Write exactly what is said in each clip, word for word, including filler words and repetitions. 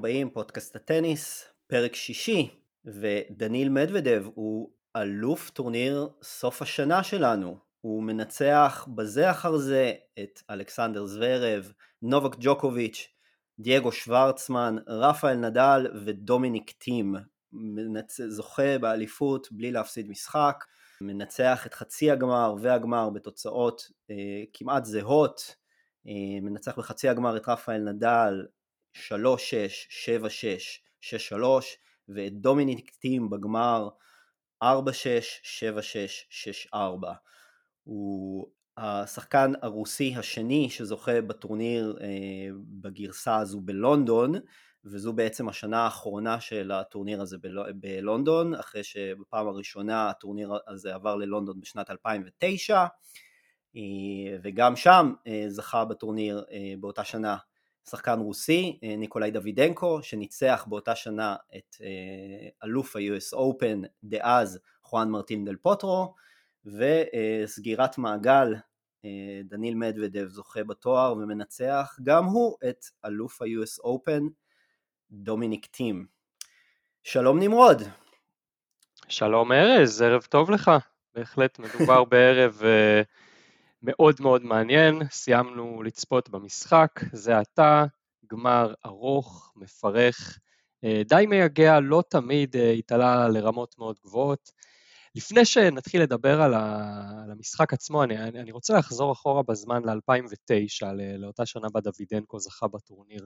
הבאים, פודקאסט הטניס, פרק שישי, ודניל מדוודב הוא אלוף טורניר סוף השנה שלנו. הוא מנצח בזה אחר זה את אלכסנדר זוורב, נובק ג'וקוביץ', דייגו שוורצמן, רפאל נדל ודומיניק טים. מנצ... זוכה באליפות בלי להפסיד משחק, מנצח את חצי הגמר והגמר בתוצאות אה, כמעט זהות, אה, מנצח בחצי הגמר את רפאל נדל שלוש שש, שבע שש, שש שלוש, ואת דומיניק טים בגמר ארבע שש, שבע שש, שש ארבע. הוא השחקן הרוסי השני שזוכה בטורניר אה, בגרסה הזו בלונדון, וזו בעצם השנה האחרונה של הטורניר הזה בל... בלונדון, אחרי שבפעם הראשונה הטורניר הזה עבר ללונדון בשנת אלפיים ותשע, וגם שם זכה בטורניר באותה שנה שחקן רוסי, ניקולאי דוידנקו, שניצח באותה שנה את אלוף ה-יו אס Open דאז חואן מרטין דל פוטרו, וסגירת מעגל, דניל מדוודב זוכה בתואר ומנצח גם הוא את אלוף ה-יו אס Open דומיניק טים. שלום נמרוד. שלום ארז, ערב טוב לך. בהחלט מדובר בערב מאוד מאוד מעניין. סיימנו לצפות במשחק, זה עתה גמר ארוך, מפרך, די מייגע, לא תמיד התעלה לרמות מאוד גבוהות. לפני שנתחיל לדבר על המשחק עצמו, אני, אני רוצה לחזור אחורה בזמן ל-אלפיים ותשע, לאותה שנה בה דוידנקו זכה בטורניר.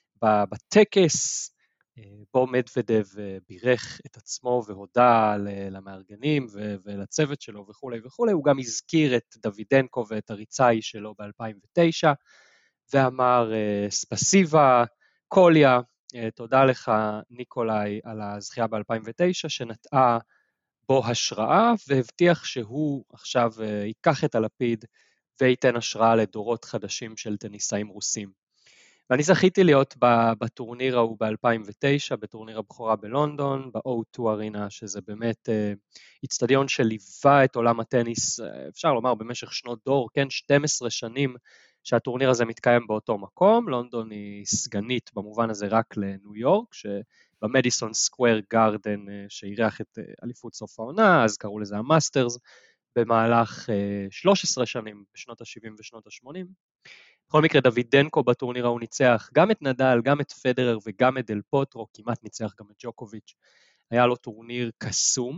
בטקס בו מדוודב בירך את עצמו והודע למארגנים ולצוות שלו וכו' וכו', הוא גם הזכיר את דוידנקו ואת הריצאי שלו ב-אלפיים ותשע, ואמר ספסיבה, קוליה, תודה לך ניקולאי על הזכייה ב-אלפיים ותשע, שנטעה בו השראה, והבטיח שהוא עכשיו ייקח את הלפיד וייתן השראה לדורות חדשים של טניסאים רוסים. ואני זכיתי להיות בטורניר ההוא ב-אלפיים ותשע, בטורניר הבכורה בלונדון, ב-או טו ארינה, שזה באמת אצטדיון שליווה את עולם הטניס, אפשר לומר במשך שנות דור, כן, שתים עשרה שנים שהטורניר הזה מתקיים באותו מקום. לונדון היא סגנית במובן הזה רק לניו יורק, שבמדיסון סקוואר גארדן שאירח את אליפות סוף העונה, אז קראו לזה המאסטרס, במהלך שלוש עשרה שנים, בשנות ה-שבעים ושנות ה-שמונים. בכל מקרה, דוידנקו בטורניר הוא ניצח גם את נדל, גם את פדרר וגם את דל פוטרו, כמעט ניצח גם את ג'וקוביץ'. היה לו טורניר קסום,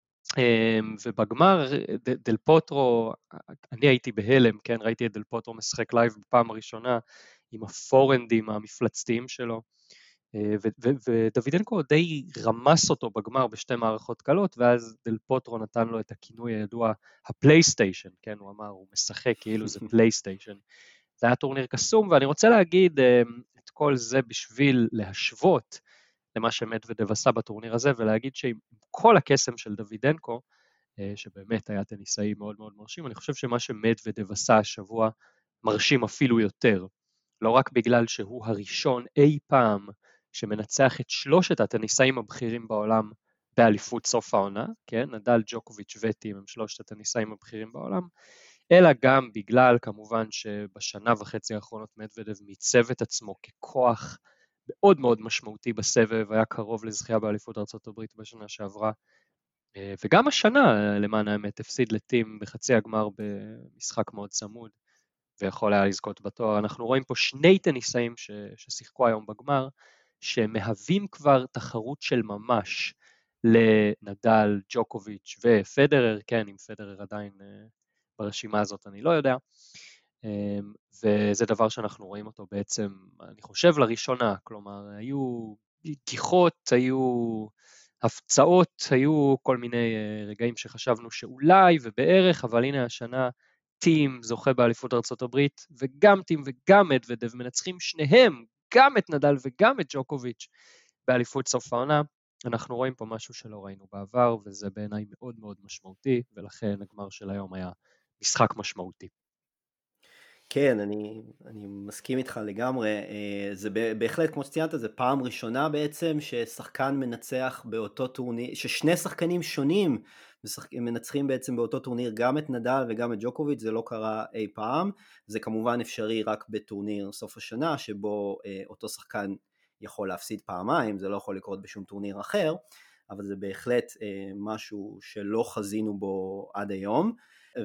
ובגמר דל פוטרו, אני הייתי בהלם, כן, ראיתי את דל פוטרו משחק לייב בפעם הראשונה, עם הפורנדים המפלצתיים שלו, ודוידנקו די רמס אותו בגמר בשתי מערכות קלות, ואז דל פוטרו נתן לו את הכינוי הידוע, הפלייסטיישן, כן, הוא אמר, הוא משחק כאילו זה פלייסטיישן. זה היה טורניר קסום, ואני רוצה להגיד את כל זה בשביל להשוות למה שמדוודב עשה בטורניר הזה, ולהגיד שעם כל הקסם של דוידנקו, שבאמת היה טניסאי מאוד מאוד מרשים, אני חושב שמה שמדוודב עשה השבוע מרשים אפילו יותר, לא רק בגלל שהוא הראשון אי פעם שמנצח את שלושת הטניסאים הבכירים בעולם באליפות סוף העונה, כן, נדל, ג'וקוביץ' וטים הם שלושת הטניסאים הבכירים בעולם, אלא גם בגלל כמובן שבשנה וחצי האחרונות מדוודב מיצב את עצמו ככוח מאוד מאוד משמעותי בסבב, היה קרוב לזכייה באליפות ארצות הברית בשנה שעברה, וגם השנה למען האמת הפסיד לטים בחצי הגמר במשחק מאוד צמוד, ויכול היה לזכות בתואר. אנחנו רואים פה שני טניסאים ש... ששיחקו היום בגמר, שמהווים כבר תחרות של ממש לנדל, ג'וקוביץ' ופדרר, כן, עם פדרר עדיין ברשימה הזאת אני לא יודע, וזה דבר שאנחנו רואים אותו בעצם, אני חושב לראשונה, כלומר, היו גיחות, היו הפצעות, היו כל מיני רגעים שחשבנו שאולי ובערך, אבל הנה השנה, טים זוכה באליפות ארצות הברית, וגם טים וגם מדוודב מנצחים שניהם, גם את נדל וגם את ג'וקוביץ' באליפות סוף העונה. אנחנו רואים פה משהו שלא ראינו בעבר, וזה בעיניי מאוד מאוד משמעותי, ולכן הגמר של היום היה משחק משמעותי. כן, אני, אני מסכים איתך לגמרי, זה בהחלט כמו שציינת, זה פעם ראשונה בעצם ששחקן מנצח באותו טורניר, ששני שחקנים שונים מנצחים בעצם באותו טורניר, גם את נדל וגם את ג'וקוביץ', זה לא קרה אי פעם, זה כמובן אפשרי רק בטורניר סוף השנה, שבו אותו שחקן יכול להפסיד פעמיים, זה לא יכול לקרות בשום טורניר אחר, אבל זה בהחלט משהו שלא חזינו בו עד היום,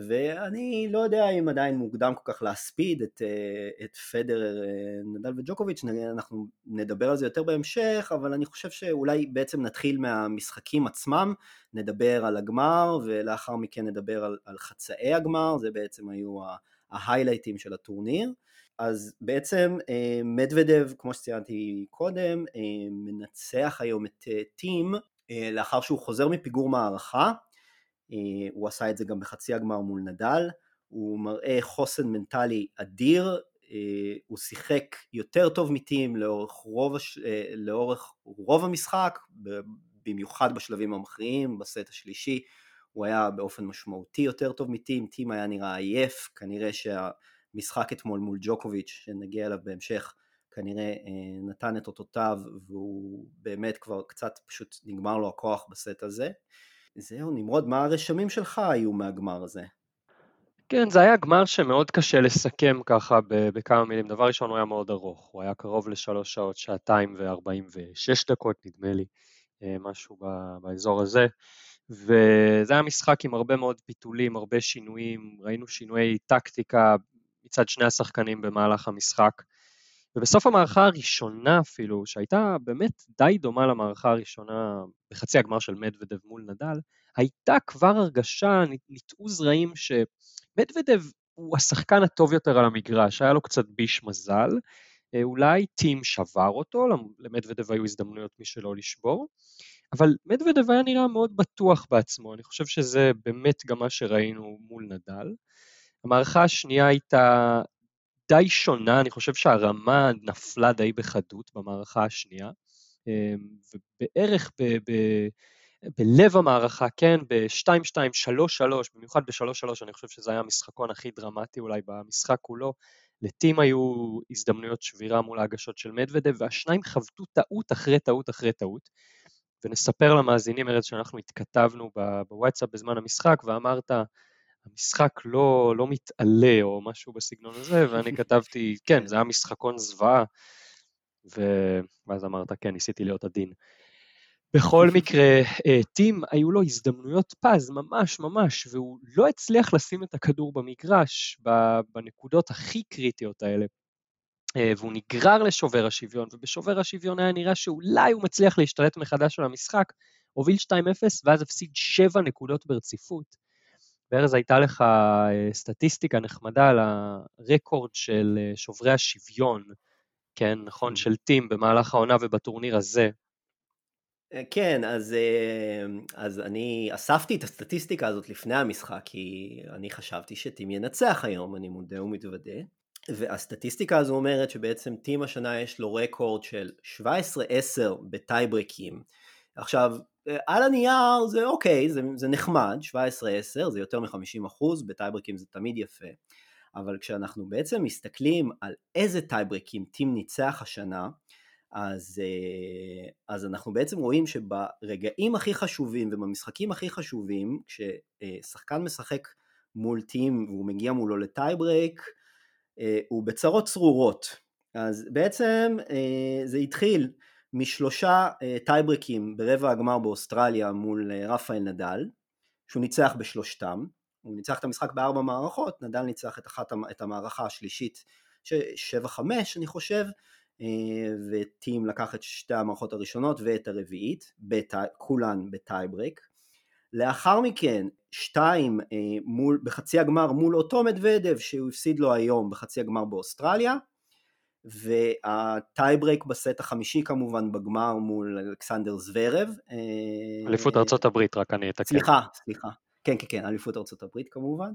ואני לא יודע אם עדיין מוקדם כל כך להספיד את, את פדרר, נדל וג'וקוביץ', אנחנו נדבר על זה יותר בהמשך, אבל אני חושב שאולי בעצם נתחיל מהמשחקים עצמם, נדבר על הגמר, ולאחר מכן נדבר על, על חצאי הגמר, זה בעצם היו ההיילייטים של הטורניר. אז בעצם מדוודב, כמו שציינתי קודם, מנצח היום את טים, לאחר שהוא חוזר מפיגור מערכה, הוא עשה את זה גם בחצי הגמר מול נדל, הוא מראה חוסן מנטלי אדיר, הוא שיחק יותר טוב מטים לאורך רוב, לאורך רוב המשחק, במיוחד בשלבים המכריעים, בסט השלישי, הוא היה באופן משמעותי יותר טוב מטים, טים היה נראה עייף, כנראה שהמשחק אתמול מול ג'וקוביץ', שנגיע אליו בהמשך, כנראה נתן את אותותיו, והוא באמת כבר קצת פשוט נגמר לו הכוח בסט הזה. זהו, נמרוד, מה הרשמים שלך היו מהגמר הזה? כן, זה היה גמר שמאוד קשה לסכם ככה בכמה מילים. דבר ראשון, הוא היה מאוד ארוך, הוא היה קרוב לשלוש שעות, שעתיים וארבעים ושש דקות, נדמה לי, משהו באזור הזה, וזה היה משחק עם הרבה מאוד פיתולים, הרבה שינויים, ראינו שינויי טקטיקה מצד שני השחקנים במהלך המשחק, ובסוף המערכה הראשונה אפילו, שהייתה באמת די דומה למערכה הראשונה בחצי הגמר של מדוודב מול נדל, הייתה כבר הרגשה, ניטעו זרעים שמדוודב הוא השחקן הטוב יותר על המגרש, היה לו קצת ביש מזל, אולי טים שבר אותו, למדוודב היו הזדמנויות משלו לשבור, אבל מדוודב היה נראה מאוד בטוח בעצמו, אני חושב שזה באמת גם מה שראינו מול נדל. המערכה השנייה הייתה די שונה, אני חושב שהרמה נפלה די בחדות במערכה השנייה, ובערך ב, ב, בלב המערכה, כן, ב-שתיים שתיים, שלוש שלוש, במיוחד ב-שלוש שלוש, אני חושב שזה היה המשחקון הכי דרמטי אולי במשחק כולו, לטים היו הזדמנויות שבירה מול ההגשות של מדוודב, והשניים חבטו טעות אחרי טעות אחרי טעות, ונספר למאזינים ארז שאנחנו התכתבנו בוואטסאפ בזמן המשחק, ואמרת, המשחק לא, לא מתעלה או משהו בסגנון הזה, ואני כתבתי, כן, זה היה משחקון זוועה, ואז אמרת, כן, ניסיתי להיות עדין. בכל מקרה, טים, היו לו הזדמנויות פז, ממש ממש, והוא לא הצליח לשים את הכדור במגרש, בנקודות הכי קריטיות האלה, והוא נגרר לשובר השוויון, ובשובר השוויון היה נראה שאולי הוא מצליח להשתלט מחדש על המשחק, הוביל שתיים אפס, ואז הפסיד שבע נקודות ברציפות, וארז הייתה לך סטטיסטיקה נחמדה על הרקורד של שוברי השוויון, כן, נכון, של טים במהלך העונה ובטורניר הזה. כן, אז, אז אני אספתי את הסטטיסטיקה הזאת לפני המשחק, כי אני חשבתי שטים ינצח היום, אני מודה ומתוודה, והסטטיסטיקה הזו אומרת שבעצם טים השנה יש לו רקורד של שבע עשרה עשר בטייברקים. עכשיו, על הנייר זה אוקיי, זה, זה נחמד, שבע עשרה עשר, זה יותר מ-חמישים אחוז, בטייברקים זה תמיד יפה, אבל כשאנחנו בעצם מסתכלים על איזה טייברקים טים ניצח השנה, אז, אז אנחנו בעצם רואים שברגעים הכי חשובים ובמשחקים הכי חשובים, כששחקן משחק מול טים והוא מגיע מולו לטייברק, הוא בצרות צרורות. אז בעצם זה התחיל משלושה טייברקים ברבע הגמר באוסטרליה מול רפאל נדל, שהוא ניצח בשלושתם, הוא ניצח את המשחק בארבע מערכות, נדל ניצח את, אחת, את המערכה השלישית, שבע חמש אני חושב, וטים לקח את שתי המערכות הראשונות ואת הרביעית, כולן בטייברק. לאחר מכן, שתיים מול, בחצי הגמר מול אותו מדוודב שהוא הפסיד לו היום בחצי הגמר באוסטרליה, והטייברק בסט החמישי כמובן בגמר מול אלכסנדר זוורב. אליפות ארצות הברית, רק אני אתקן. סליחה, סליחה. כן, כן, כן, אליפות ארצות הברית כמובן.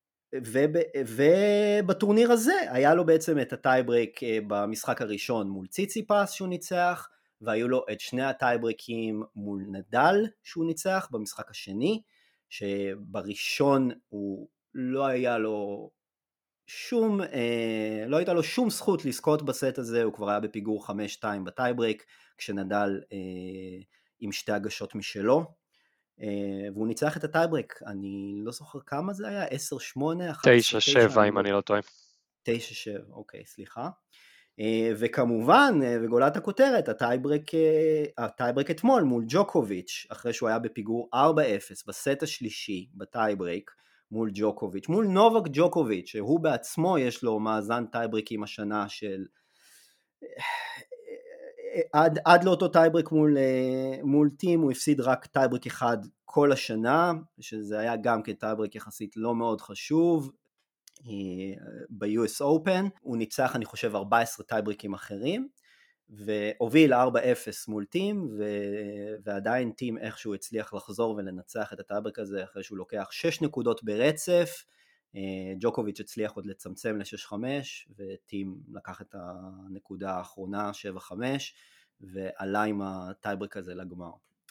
ובטורניר הזה היה לו בעצם את הטייברק במשחק הראשון מול ציציפס שהוא ניצח, והיו לו את שני הטייברקים מול נדל שהוא ניצח במשחק השני, שבראשון הוא לא היה לו שום, לא הייתה לו שום זכות לזכות בסט הזה, הוא כבר היה בפיגור חמש שתיים בטייברק, כשנדל עם שתי הגשות משלו, והוא ניצח את הטייברק, אני לא זוכר כמה זה היה, עשר שמונה, תשע שבע אם אני לא טועה. תשע שבע, אוקיי, סליחה. וכמובן, וגולת הכותרת, הטייברק, הטייברק אתמול מול ג'וקוביץ', אחרי שהוא היה בפיגור ארבע אפס בסט השלישי בטייברק מול ג'וקוביץ', מול נובק ג'וקוביץ', שהוא בעצמו יש לו מאזן טייברקים השנה של עד, עד לאותו טייברק מול, מול טים, הוא הפסיד רק טייברק אחד כל השנה, שזה היה גם כטייברק יחסית לא מאוד חשוב, ב-יו אס Open, הוא ניצח אני חושב ארבעה עשר טייברקים אחרים, והוביל ארבע אפס מול טים, ו... ועדיין טים איכשהו הצליח לחזור ולנצח את הטייברק הזה, אחרי שהוא לוקח שש נקודות ברצף, ג'וקוביץ' הצליח עוד לצמצם ל-שש חמש, וטים לקח את הנקודה האחרונה שבע חמש, ועלה עם הטייברק הזה לגמר.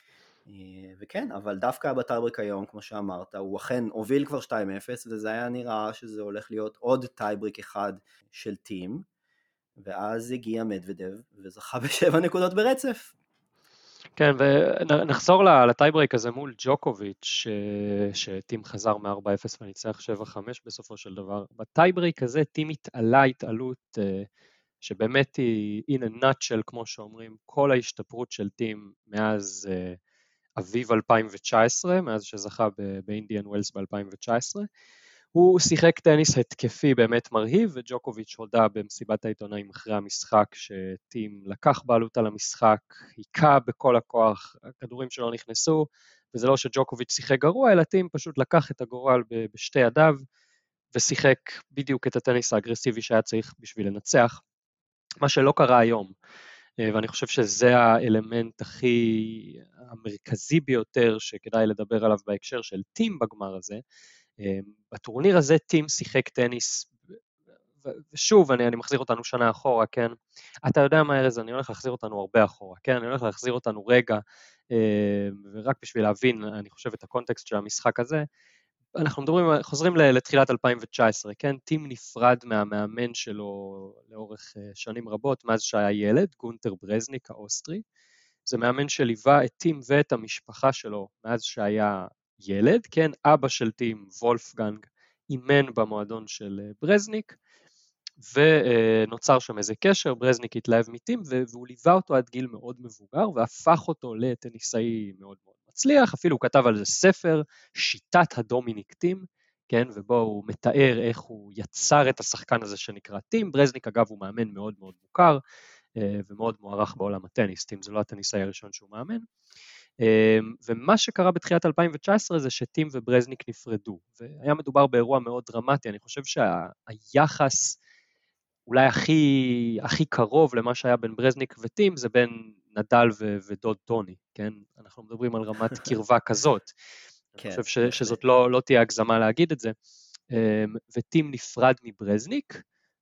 וכן, אבל דווקא בטייברק היום, כמו שאמרת, הוא אכן הוביל כבר שתיים אפס, וזה היה נראה שזה הולך להיות עוד טייברק אחד של טים, ואז הגיע מדוודב וזכה בשבע נקודות ברצף. כן, ונחזור לטייברק הזה מול ג'וקוביץ', שטים חזר מ-ארבע אפס וניצח שבע חמש בסופו של דבר. בטייברק הזה טים התעלה התעלות שבאמת היא in a nutshell, כמו שאומרים, כל ההשתפרות של טים מאז אביב אלפיים תשע עשרה, מאז שזכה באינדיאן ווילס ב-אלפיים תשע עשרה. הוא שיחק טניס התקפי באמת מרהיב, וג'וקוביץ' הודה במסיבת העיתונאים אחרי המשחק שטים לקח בעלות על המשחק, היכה בכל הכוח, הכדורים שלו נכנסו, וזה לא שג'וקוביץ' שיחק גרוע, אלא טים פשוט לקח את הגורל בשתי ידיו, ושיחק בדיוק את הטניס האגרסיבי שהיה צריך בשביל לנצח, מה שלא קרה היום, ואני חושב שזה האלמנט הכי המרכזי ביותר שכדאי לדבר עליו בהקשר של טים בגמר הזה. בטורניר הזה טים שיחק טניס, ושוב אני, אני מחזיר אותנו שנה אחורה, כן? אתה יודע מה ארז, אני הולך להחזיר אותנו הרבה אחורה, כן? אני הולך להחזיר אותנו רגע, ורק בשביל להבין, אני חושב את הקונטקסט של המשחק הזה, אנחנו מדברים, חוזרים לתחילת אלפיים תשע עשרה, כן? טים נפרד מהמאמן שלו לאורך שנים רבות, מאז שהיה ילד, גונטר ברזניק האוסטרי, זה מאמן שליווה את טים ואת המשפחה שלו, מאז שהיה ילד, כן? אבא של טים, וולפגנג, אימן במועדון של ברזניק, ונוצר שם איזה קשר, ברזניק התלהב מטים, והוא ליווה אותו עד גיל מאוד מבוגר, והפך אותו לטניסאי מאוד מאוד מצליח, אפילו הוא כתב על זה ספר, שיטת הדומיניק טים, כן, ובו הוא מתאר איך הוא יצר את השחקן הזה שנקרא טים, ברזניק אגב הוא מאמן מאוד מאוד מוכר, ומאוד מוערך בעולם הטניס, טים זה לא הטניסאי הראשון שהוא מאמן, ומה שקרה בתחילת אלפיים תשע עשרה זה שטים וברזניק נפרדו, והיה מדובר באירוע מאוד דרמטי, אני חושב שהיחס אולי הכי, הכי קרוב למה שהיה בין ברזניק וטים, זה בין נדל ו- ודוד טוני, כן? אנחנו מדברים על רמת קרבה כזאת. כן, אני חושב ש- שזאת לא, לא תהיה הגזמה להגיד את זה. וטים נפרד מברזניק,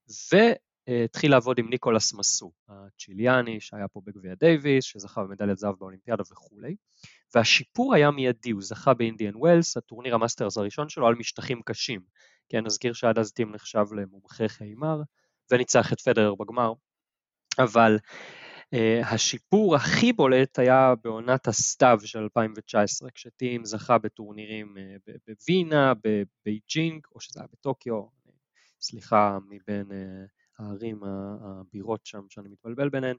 והתחיל לעבוד עם ניקולס מסו, הצ'יליאני, שהיה פה בגביע דייביס, שזכה במדליית זהב באולימפיאדה וכו'. והשיפור היה מיידי, הוא זכה באינדיאן ווילס, הטורניר המאסטרס הראשון שלו, על משטחים קשים. כן, נזכיר שעד אז טים נחשב למומחה חיימר, וניצח את פדרר בגמר, אבל uh, השיפור הכי בולט היה בעונת הסתיו של אלפיים תשע עשרה, כשטים זכה בטורנירים uh, בווינה, בבייג'ינג, או שזה היה בטוקיו, סליחה מבין uh, הערים הבירות שם שאני מתבלבל ביניהן,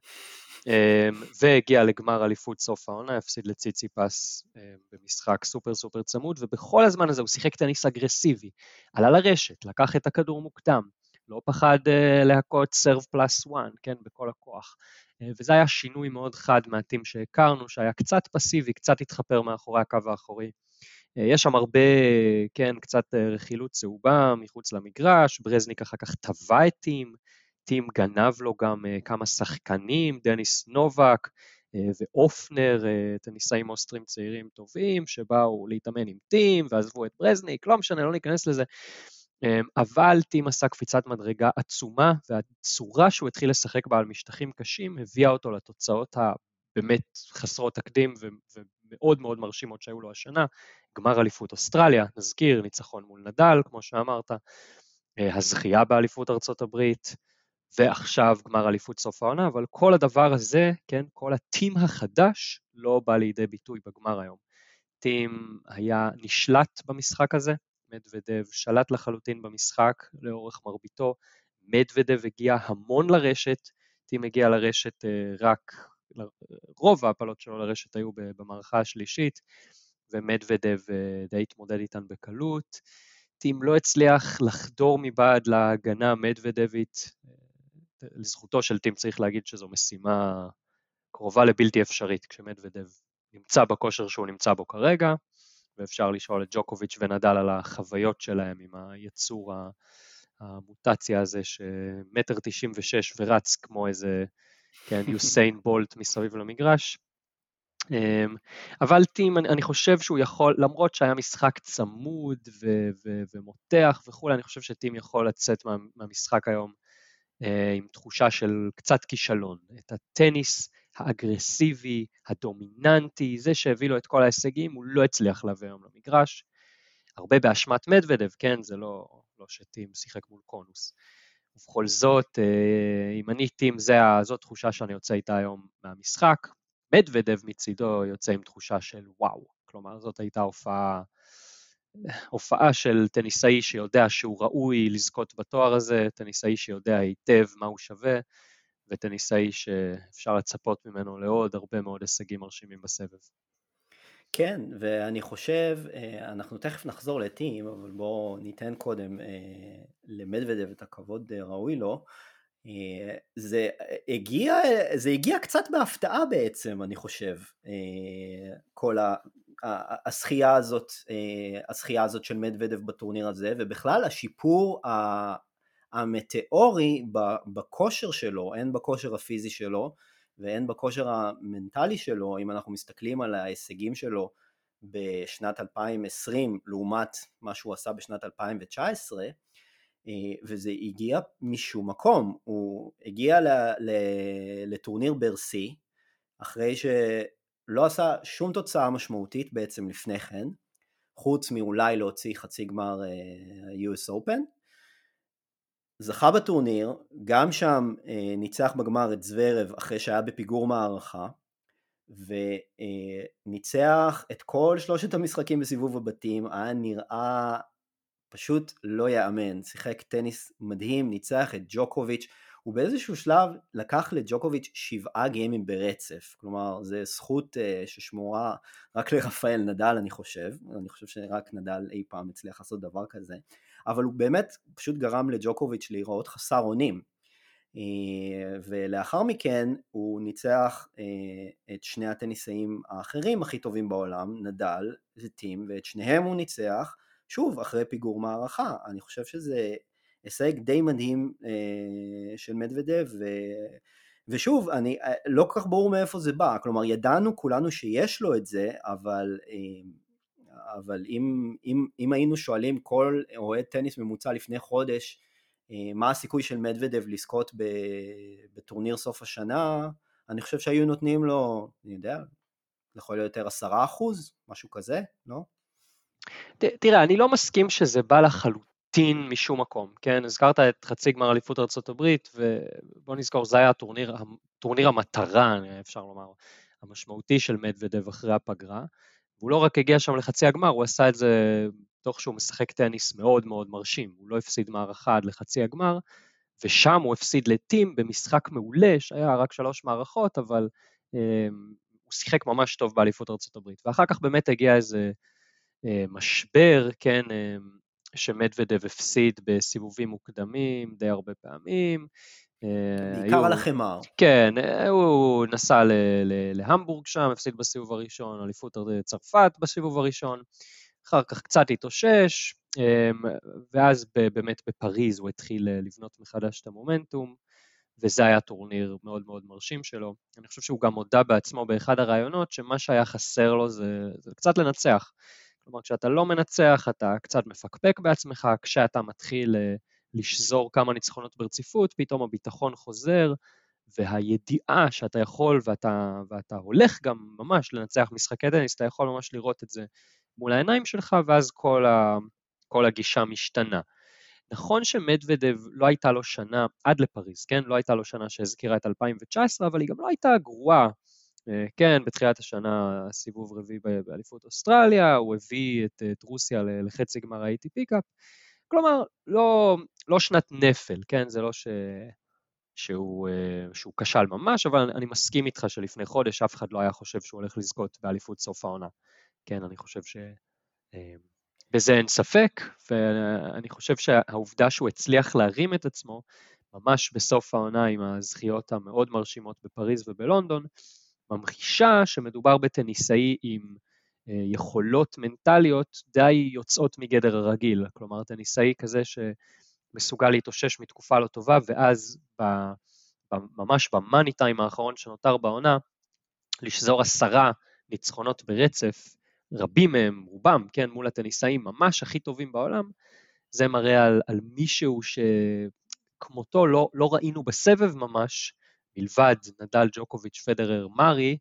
um, והגיע לגמר אליפות סוף העונה, הפסיד לציציפס um, במשחק סופר סופר צמוד, ובכל הזמן הזה הוא שיחק טניס אגרסיבי, עלה לרשת, לקח את הכדור מוקדם, לא פחד uh, להכות סרב פלאס וואן, כן, בכל הכוח. Uh, וזה היה שינוי מאוד חד מהטים שהכרנו, שהיה קצת פסיבי, קצת התחפר מאחורי הקו האחורי. Uh, יש שם הרבה, כן, קצת uh, רכילות צהובה מחוץ למגרש, ברזניק אחר כך טבע את טים, טים גנב לו גם uh, כמה שחקנים, דניס נובק uh, ואופנר, uh, טניסאים אוסטרים צעירים טובים, שבאו להתאמן עם טים ועזבו את ברזניק, לא משנה, לא ניכנס לזה. אבל טים עשה קפיצת מדרגה עצומה, והצורה שהוא התחיל לשחק בה על משטחים קשים, הביאה אותו לתוצאות הבאמת חסרות תקדים, ומאוד מאוד מרשימות שהיו לו השנה, גמר אליפות אוסטרליה, נזכיר, ניצחון מול נדל, כמו שאמרת, הזכייה באליפות ארצות הברית, ועכשיו גמר אליפות סוף העונה, אבל כל הדבר הזה, כן, כל הטים החדש, לא בא לידי ביטוי בגמר היום. טים היה נשלט במשחק הזה, מדוודב שלט לחלוטין במשחק לאורך מרביתו, מדוודב הגיע המון לרשת, טים הגיע לרשת רק, רוב ההפלות שלו לרשת היו במערכה השלישית, ומדוודב די התמודד איתן בקלות. טים לא הצליח לחדור מבעד להגנה המדוודבית, לזכותו של טים צריך להגיד שזו משימה קרובה לבלתי אפשרית, כשמדוודב נמצא בכושר שהוא נמצא בו כרגע, ואפשר לשאול את ג'וקוביץ' ונדל על החוויות שלהם עם היצור המוטציה הזה, שמטר תשעים ושש ורץ כמו איזה, כן, יוסיין בולט מסביב למגרש. אבל טים, אני חושב שהוא יכול, למרות שהיה משחק צמוד ו- ו- ומותח וכו', אני חושב שטים יכול לצאת מה- מהמשחק היום עם תחושה של קצת כישלון. את הטניס האגרסיבי, הדומיננטי, זה שהביא לו את כל ההישגים, הוא לא הצליח להביא היום למגרש. הרבה באשמת מדוודב, כן, זה לא, לא שטים שיחק מול קונוס. ובכל זאת, אם אני טים, זאת תחושה שאני יוצא איתה היום מהמשחק. מדוודב מצידו יוצא עם תחושה של וואו, כלומר זאת הייתה הופעה, הופעה של טניסאי שיודע שהוא ראוי לזכות בתואר הזה, טניסאי שיודע היטב מה הוא שווה, וטניסאי שאפשר לצפות ממנו לעוד הרבה מאוד הישגים מרשימים בסבב. כן, ואני חושב, אנחנו תכף נחזור לטים, אבל בואו ניתן קודם למדוודב את הכבוד ראוי לו. זה הגיע, זה הגיע קצת בהפתעה בעצם, אני חושב, כל השחייה הזאת, השחייה הזאת של מדוודב בטורניר הזה, ובכלל השיפור המטאורי בכושר שלו, הן בכושר הפיזי שלו, והן בכושר המנטלי שלו. אם אנחנו מסתכלים על ההישגים שלו בשנת אלפיים ועשרים, לעומת מה שהוא עשה בשנת אלפיים תשע עשרה, וזה הגיע משום מקום. הוא הגיע לטורניר ברסי, אחרי שלא עשה שום תוצאה משמעותית בעצם לפני כן, חוץ מאולי להוציא חצי גמר ה-יו אס Open, זכה בטורניר, גם שם ניצח בגמר את זוורב אחרי שהיה בפיגור מערכה, וניצח את כל שלושת המשחקים בסיבוב הבתים. היה נראה פשוט לא יאמן, שיחק טניס מדהים, ניצח את ג'וקוביץ'. הוא באיזשהו שלב לקח לג'וקוביץ' שבעה גיימים ברצף, כלומר זה זכות ששמורה רק לרפאל נדל, אני חושב, אני חושב שרק נדל אי פעם הצליח לעשות דבר כזה, אבל הוא באמת פשוט גרם לג'וקוביץ' להיראות חסר אונים, ולאחר מכן הוא ניצח את שני הטניסאים האחרים הכי טובים בעולם, נדל וטים, ואת שניהם הוא ניצח, שוב אחרי פיגור מערכה. אני חושב שזה הישג די מדהים של מדוודב, ו... ושוב, אני לא כל כך ברור מאיפה זה בא, כלומר ידענו כולנו שיש לו את זה, אבל, אבל אם, אם, אם היינו שואלים כל אוהד טניס ממוצע לפני חודש, מה הסיכוי של מדוודב לזכות בטורניר סוף השנה, אני חושב שהיו נותנים לו, אני יודע, יכול להיות יותר עשרה אחוז, משהו כזה, לא? תראה, אני לא מסכים שזה בא לחלוטין משום מקום, כן? הזכרת את חצי גמר אליפות ארצות הברית, ובוא נזכור, זה היה הטורניר, טורניר המטרה, אפשר לומר, המשמעותי של מדוודב אחרי הפגרה, והוא לא רק הגיע שם לחצי הגמר, הוא עשה את זה תוך שהוא משחק טניס מאוד מאוד מרשים, הוא לא הפסיד מערכה עד לחצי הגמר, ושם הוא הפסיד לטים במשחק מעולה, שהיה רק שלוש מערכות, אבל אה, הוא שיחק ממש טוב באליפות ארצות הברית, ואחר כך באמת הגיע איזה משבר, כן, שמדוודב הפסיד בסיבובים מוקדמים די הרבה פעמים. בעיקר היו, על החמר. כן, הוא נסע להמבורג שם, הפסיד בסיבוב הראשון, אליפות צרפת בסיבוב הראשון, אחר כך קצת התאושש, ואז באמת בפריז הוא התחיל לבנות מחדש את המומנטום, וזה היה טורניר מאוד מאוד מרשים שלו. אני חושב שהוא גם הודע בעצמו באחד הרעיונות, שמה שהיה חסר לו זה, זה קצת לנצח. כלומר, כשאתה לא מנצח, אתה קצת מפקפק בעצמך, כשאתה מתחיל לשזור כמה ניצחונות ברציפות, פתאום הביטחון חוזר, והידיעה שאתה יכול, ואתה, ואתה הולך גם ממש לנצח משחקי טניס, אתה יכול ממש לראות את זה מול העיניים שלך, ואז כל, ה, כל הגישה משתנה. נכון שמדוודב לא הייתה לו שנה עד לפריז, כן? לא הייתה לו שנה שהזכירה את אלפיים תשע עשרה, אבל היא גם לא הייתה גרועה. כן, בתחילת השנה, סיבוב רביעי באליפות אוסטרליה, הוא הביא את, את רוסיה לחצי גמר ה-איי טי פי קאפ. כלומר, לא, לא שנת נפל, כן? זה לא ש... שהוא, שהוא כשל ממש, אבל אני מסכים איתך שלפני חודש אף אחד לא היה חושב שהוא הולך לזכות באליפות סוף העונה. כן, אני חושב שבזה אין ספק, ואני חושב שהעובדה שהוא הצליח להרים את עצמו, ממש בסוף העונה עם הזכיות המאוד מרשימות בפריז ובלונדון, ממחישה שמדובר בטניסאי עם יכולות מנטליות די יוצאות מגדר הרגיל, כלומר טניסאי כזה שמסוגל להתאושש מתקופה לא טובה, ואז ב, ב, ממש במאני טיים האחרון שנותר בעונה, לשזור עשרה ניצחונות ברצף, רבים מהם, רובם, כן, מול הטניסאים ממש הכי טובים בעולם, זה מראה על, על מישהו שכמותו לא, לא ראינו בסבב ממש, מלבד נדל, ג'וקוביץ', פדרר, מארי,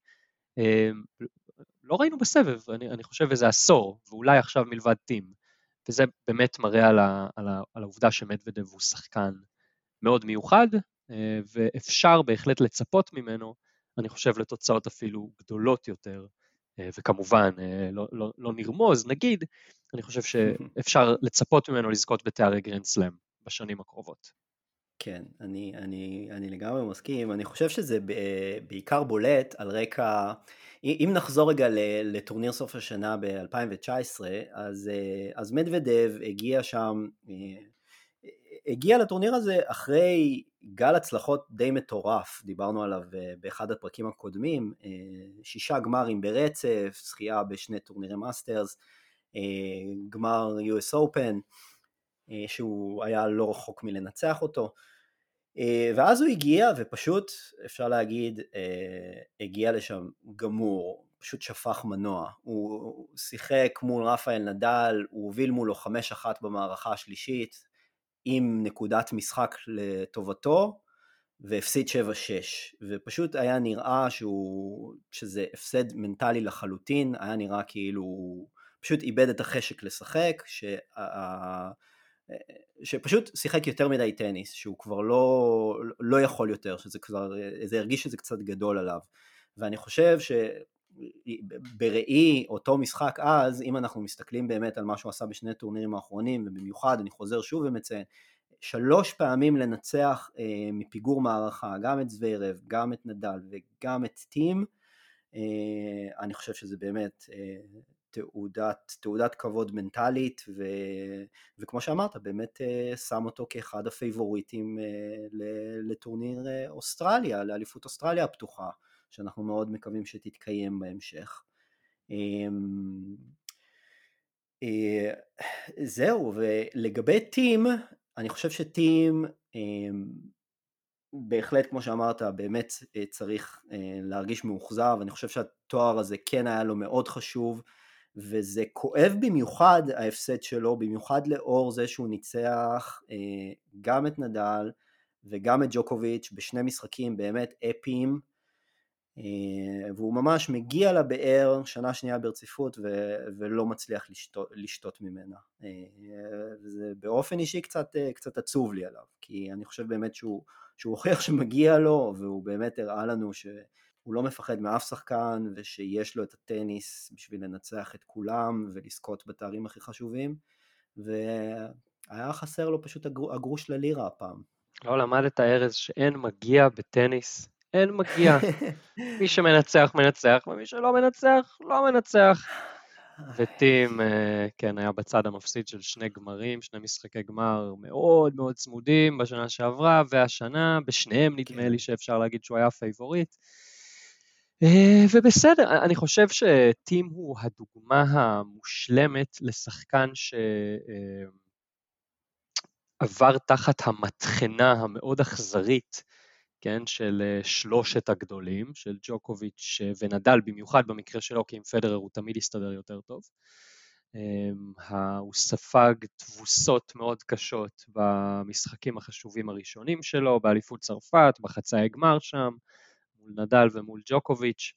לא ראינו בסבב, אני, אני חושב איזה עשור, ואולי עכשיו מלבד טים, וזה באמת מראה על, ה, על, ה, על העובדה שמדוודב הוא שחקן מאוד מיוחד, ואפשר בהחלט לצפות ממנו, אני חושב לתוצאות אפילו גדולות יותר, וכמובן לא, לא, לא נרמוז, נגיד, אני חושב שאפשר לצפות ממנו לזכות בתארי גרנד סלאם בשנים הקרובות. כן, אני, אני, אני לגמרי מסכים, אני חושב שזה בעיקר בולט על רקע, אם נחזור רגע לטורניר סוף השנה ב-אלפיים תשע עשרה, אז, אז מדוודב הגיע שם, הגיע לטורניר הזה אחרי גל הצלחות די מטורף, דיברנו עליו באחד הפרקים הקודמים, שישה גמרים ברצף, זכייה בשני טורנירי מאסטרס, גמר יו אס Open, שהוא היה לא רחוק מלנצח אותו, ואז הוא הגיע ופשוט אפשר להגיד הגיע לשם גמור, פשוט שפך מנוע, הוא שיחק מול רפאל נדל, הוא הוביל מולו חמש אחת במערכה השלישית עם נקודת משחק לטובתו והפסיד שבע שש, ופשוט היה נראה שהוא, שזה הפסד מנטלי לחלוטין, היה נראה כאילו הוא פשוט איבד את החשק לשחק, שה... שפשוט שיחק יותר מדי טניס, שהוא כבר לא, לא יכול יותר, שזה כבר, זה הרגיש שזה קצת גדול עליו, ואני חושב שבראי אותו משחק אז, אם אנחנו מסתכלים באמת על מה שהוא עשה בשני טורנירים האחרונים, ובמיוחד אני חוזר שוב ומציין, שלוש פעמים לנצח אה, מפיגור מערכה, גם את זווירב, גם את נדל וגם את טים, אה, אני חושב שזה באמת אה, תעודת, תעודת כבוד מנטלית, ו, וכמו שאמרת, באמת אה, שם אותו כאחד הפייבוריטים אה, לטורניר אה, אוסטרליה, לאליפות אוסטרליה הפתוחה, שאנחנו מאוד מקווים שתתקיים בהמשך. אה, אה, זהו, ולגבי טים, אני חושב שטים, בהחלט כמו שאמרת, באמת צריך להרגיש מאוכזב, אני חושב שהתואר הזה כן היה לו מאוד חשוב, וזה כואב במיוחד ההפסד שלו, במיוחד לאור זה שהוא ניצח גם את נדל וגם את ג'וקוביץ' בשני משחקים באמת אפיים, והוא ממש מגיע לבאר שנה שנייה ברציפות ו- ולא מצליח לשתות, לשתות ממנה, וזה באופן אישי קצת, קצת עצוב לי עליו, כי אני חושב באמת שהוא, שהוא הוכיח שמגיע לו, והוא באמת הראה לנו שהוא לא מפחד מאף שחקן, ושיש לו את הטניס בשביל לנצח את כולם ולזכות בתארים הכי חשובים, והיה חסר לו פשוט הגרוש ללירה הפעם. לא למדת ארז שאין מגיע בטניס, אין מגיע. מי שמנצח מנצח, ומי שלא מנצח לא מנצח. וטים, כן, היה בצד המפסיד של שני גמרים, שני משחקי גמר מאוד מאוד צמודים בשנה שעברה, והשנה בשניהם נדמה לי שאפשר להגיד שהוא היה פייבוריט. ובסדר, אני חושב שטים הוא הדוגמה המושלמת לשחקן ש... עבר תחת המטחנה המאוד אכזרית, כן, של שלושת הגדולים, של ג'וקוביץ' ונדל, במיוחד במקרה שלו, כי עם פדרר הוא תמיד יסתדר יותר טוב. הוא ספג תבוסות מאוד קשות במשחקים החשובים הראשונים שלו, באליפות צרפת, בחצאי גמר שם, מול נדל ומול ג'וקוביץ',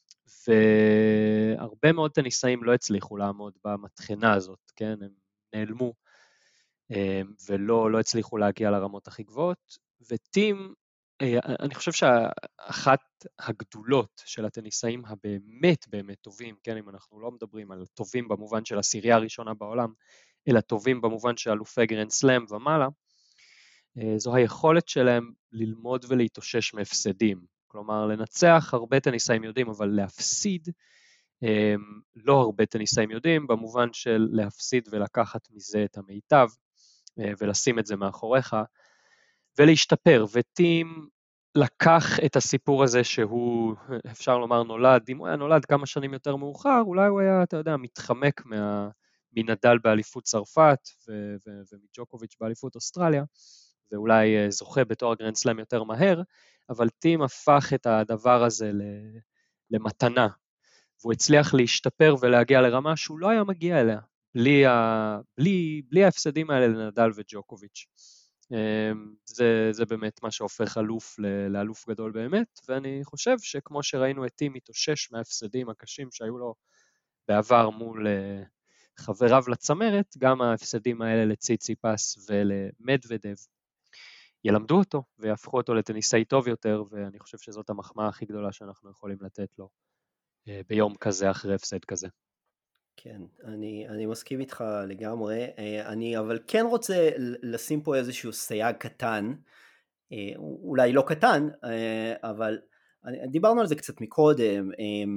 והרבה מאוד טניסאים לא הצליחו לעמוד במטחנה הזאת, כן, הם נעלמו, ולא לא הצליחו להגיע לרמות הכי גבוהות, וטים, אני חושב שאחת הגדולות של הטניסאים הבאמת באמת טובים, כן, אם אנחנו לא מדברים על טובים במובן של הסירייה הראשונה בעולם, אלא טובים במובן שאלופי גרנד סלאם ומעלה, זו היכולת שלהם ללמוד ולהתאושש מהפסדים. כלומר, לנצח הרבה טניסאים יודעים, אבל להפסיד לא הרבה טניסאים יודעים, במובן של להפסיד ולקחת מזה את המיטב, ולשים את זה מאחוריך, ולהשתפר. וטים לקח את הסיפור הזה שהוא, אפשר לומר, נולד, אם הוא היה נולד כמה שנים יותר מאוחר, אולי הוא היה, אתה יודע, מתחמק מה, מנדל באליפות צרפת, ו- ו- ומג'וקוביץ' באליפות אוסטרליה, ואולי זוכה בתואר גרנד סלאם יותר מהר, אבל טים הפך את הדבר הזה למתנה, והוא הצליח להשתפר ולהגיע לרמה שהוא לא היה מגיע אליה, בלי, ה... בלי, בלי ההפסדים האלה לנדל וג'וקוביץ'. זה, זה באמת מה שהופך אלוף לאלוף גדול באמת, ואני חושב שכמו שראינו את טים מתאושש מההפסדים הקשים שהיו לו בעבר מול חבריו לצמרת, גם ההפסדים האלה לציציפס ולמדוודב ילמדו אותו ויהפכו אותו לטניסאי טוב יותר, ואני חושב שזאת המחמאה הכי גדולה שאנחנו יכולים לתת לו ביום כזה אחרי הפסד כזה. כן, אני, אני מסכים איתך לגמרי, אני אבל כן רוצה לשים פה איזשהו סייג קטן, אולי לא קטן, אבל דיברנו על זה קצת מקודם.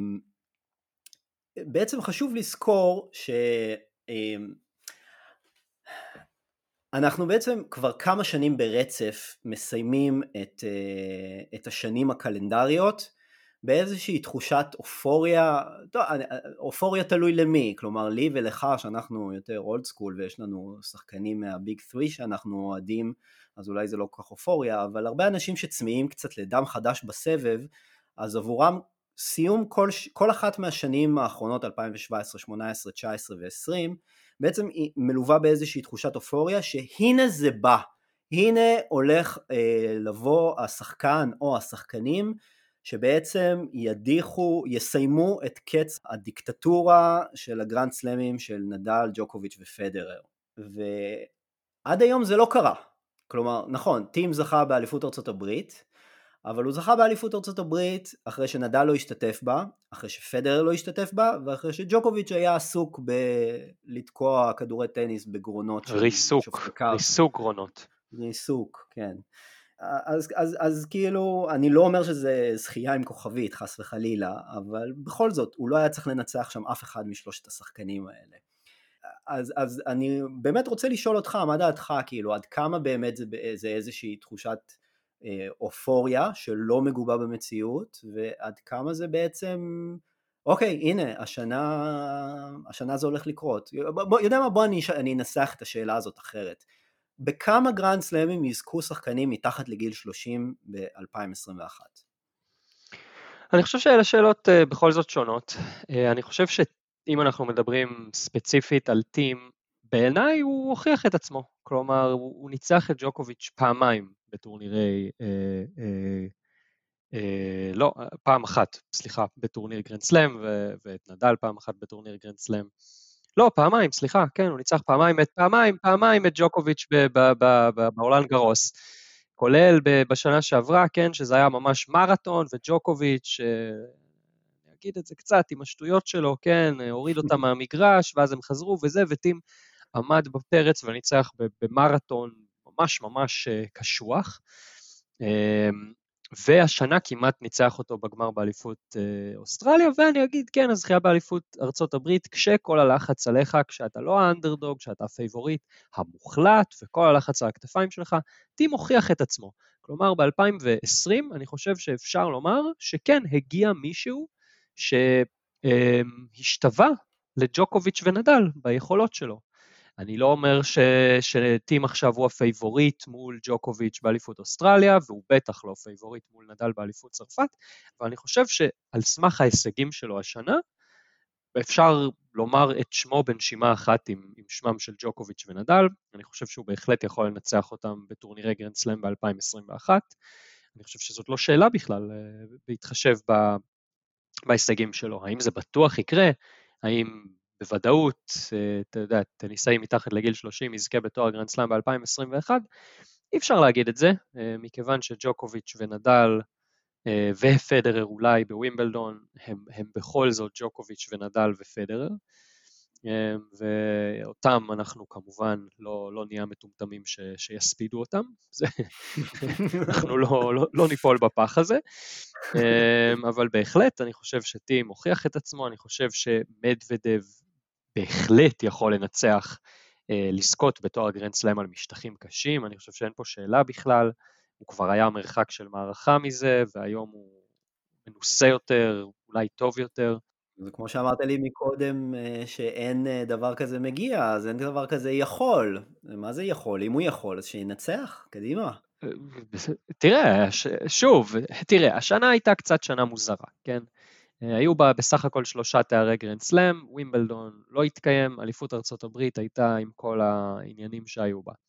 בעצם חשוב לזכור ש... אנחנו בעצם כבר כמה שנים ברצף מסיימים את, את השנים הקלנדריות באיזושהי תחושת אופוריה, טוב, אופוריה תלוי למי, כלומר לי ולך שאנחנו יותר אולד סקול ויש לנו שחקנים מהביג תרי שאנחנו אוהדים, אז אולי זה לא כל כך אופוריה, אבל הרבה אנשים שצמאים קצת לדם חדש בסבב, אז עבורם סיום כל, כל אחת מהשנים האחרונות, אלפיים שבע עשרה, שמונה עשרה, תשע עשרה ו-עשרים, בעצם היא מלווה באיזושהי תחושת אופוריה, שהנה זה בא, הנה הולך אה, לבוא השחקן או השחקנים, שבעצם ידיחו, יסיימו את קץ הדיקטטורה של הגרנד סלמים של נדל, ג'וקוביץ' ופדרר. ועד היום זה לא קרה. כלומר, נכון, טים זכה באליפות ארצות הברית, אבל הוא זכה באליפות ארצות הברית אחרי שנדל לא השתתף בה, אחרי שפדרר לא השתתף בה, ואחרי שג'וקוביץ' היה עסוק בלתקוע כדורי טניס בגרונות של שופטי קרקע. ריסוק גרונות. ריסוק, כן. אז, אז, אז כאילו, אני לא אומר שזה זכייה עם כוכבית, חס וחלילה, אבל בכל זאת, הוא לא היה צריך לנצח שם אף אחד משלושת השחקנים האלה. אז, אז אני באמת רוצה לשאול אותך, מה דעתך, כאילו, עד כמה באמת זה, זה איזושהי תחושת אה, אופוריה שלא מגובה במציאות, ועד כמה זה בעצם, אוקיי, הנה, השנה, השנה זה הולך לקרות. בוא, יודע מה, בוא אני, אני אנסח את השאלה הזאת אחרת. בכמה גרנד סלאמים יזכו שחקנים מתחת לגיל שלושים ב-אלפיים עשרים ואחת? אני חושב שאלה שאלות uh, בכל זאת שונות. Uh, אני חושב שאם אנחנו מדברים ספציפית על טים, בעיניי הוא הוכיח את עצמו. כלומר, הוא, הוא ניצח את ג'וקוביץ' פעמיים בטורנירי, uh, uh, uh, לא, פעם אחת, סליחה, בטורניר גרנד סלאם, ו- ואת נדל פעם אחת בטורניר גרנד סלאם. לא, פעמיים, סליחה, כן, הוא ניצח פעמיים, את פעמיים, פעמיים את ג'וקוביץ' ברולאן גארוס, כולל בשנה שעברה, כן, שזה היה ממש מרתון, וג'וקוביץ', אני אגיד את זה קצת, עם השטויות שלו, כן, הוריד אותם מהמגרש, ואז הם חזרו וזה, וטים עמד בפרץ וניצח במרתון ממש ממש קשוח, והשנה כמעט ניצח אותו בגמר באליפות אה, אוסטרליה, ואני אגיד כן, הזכייה באליפות ארצות הברית, כשכל הלחץ עליך, כשאתה לא האנדרדוג, כשאתה הפייבוריט המוחלט, וכל הלחץ על הכתפיים שלך, טים הוכיח את עצמו. כלומר, ב-אלפיים ועשרים אני חושב שאפשר לומר שכן, הגיע מישהו שהשתווה לג'וקוביץ' ונדל ביכולות שלו. אני לא אומר ש... שטים עכשיו הוא הפייבוריט מול ג'וקוביץ' באליפות אוסטרליה, והוא בטח לא פייבוריט מול נדל באליפות צרפת, אבל אני חושב שעל סמך ההישגים שלו השנה, אפשר לומר את שמו בנשימה אחת עם, עם שמם של ג'וקוביץ' ונדל, אני חושב שהוא בהחלט יכול לנצח אותם בטורנירי גרנד סלאם ב-אלפיים עשרים ואחת, אני חושב שזאת לא שאלה בכלל, בהתחשב ב... בהישגים שלו, האם זה בטוח יקרה, האם בוודאות, אתה יודע, טניסאי מתחת לגיל שלושים יזכה בתואר גרנד סלאם ב-אלפיים עשרים ואחת, אי אפשר להגיד את זה, מכיוון שג'וקוביץ' ונדל ופדרר אולי בווימבלדון, הם, הם בכל זאת ג'וקוביץ' ונדל ופדרר, ואותם אנחנו כמובן לא, לא נהיה מטומטמים ש, שיספידו אותם, זה, אנחנו לא, לא, לא ניפול בפח הזה, אבל בהחלט אני חושב שטים הוכיח את עצמו, אני חושב שמדוודב בהחלט יכול לנצח, לזכות בתואר גרנד סלאם על משטחים קשים, אני חושב שאין פה שאלה בכלל, הוא כבר היה מרחק של מערכה מזה, והיום הוא מנוסה יותר, אולי טוב יותר. זה כמו שאמרת לי מקודם, שאין דבר כזה מגיע, אז אין דבר כזה יכול. מה זה יכול? אם הוא יכול, אז שינצח, קדימה. תראה, שוב, תראה, השנה הייתה קצת שנה מוזרה, כן? היו בה בסך הכל שלושה תארי גרנד סלאם, ווימבלדון לא התקיים, אליפות ארצות הברית הייתה עם כל העניינים שהיו בה.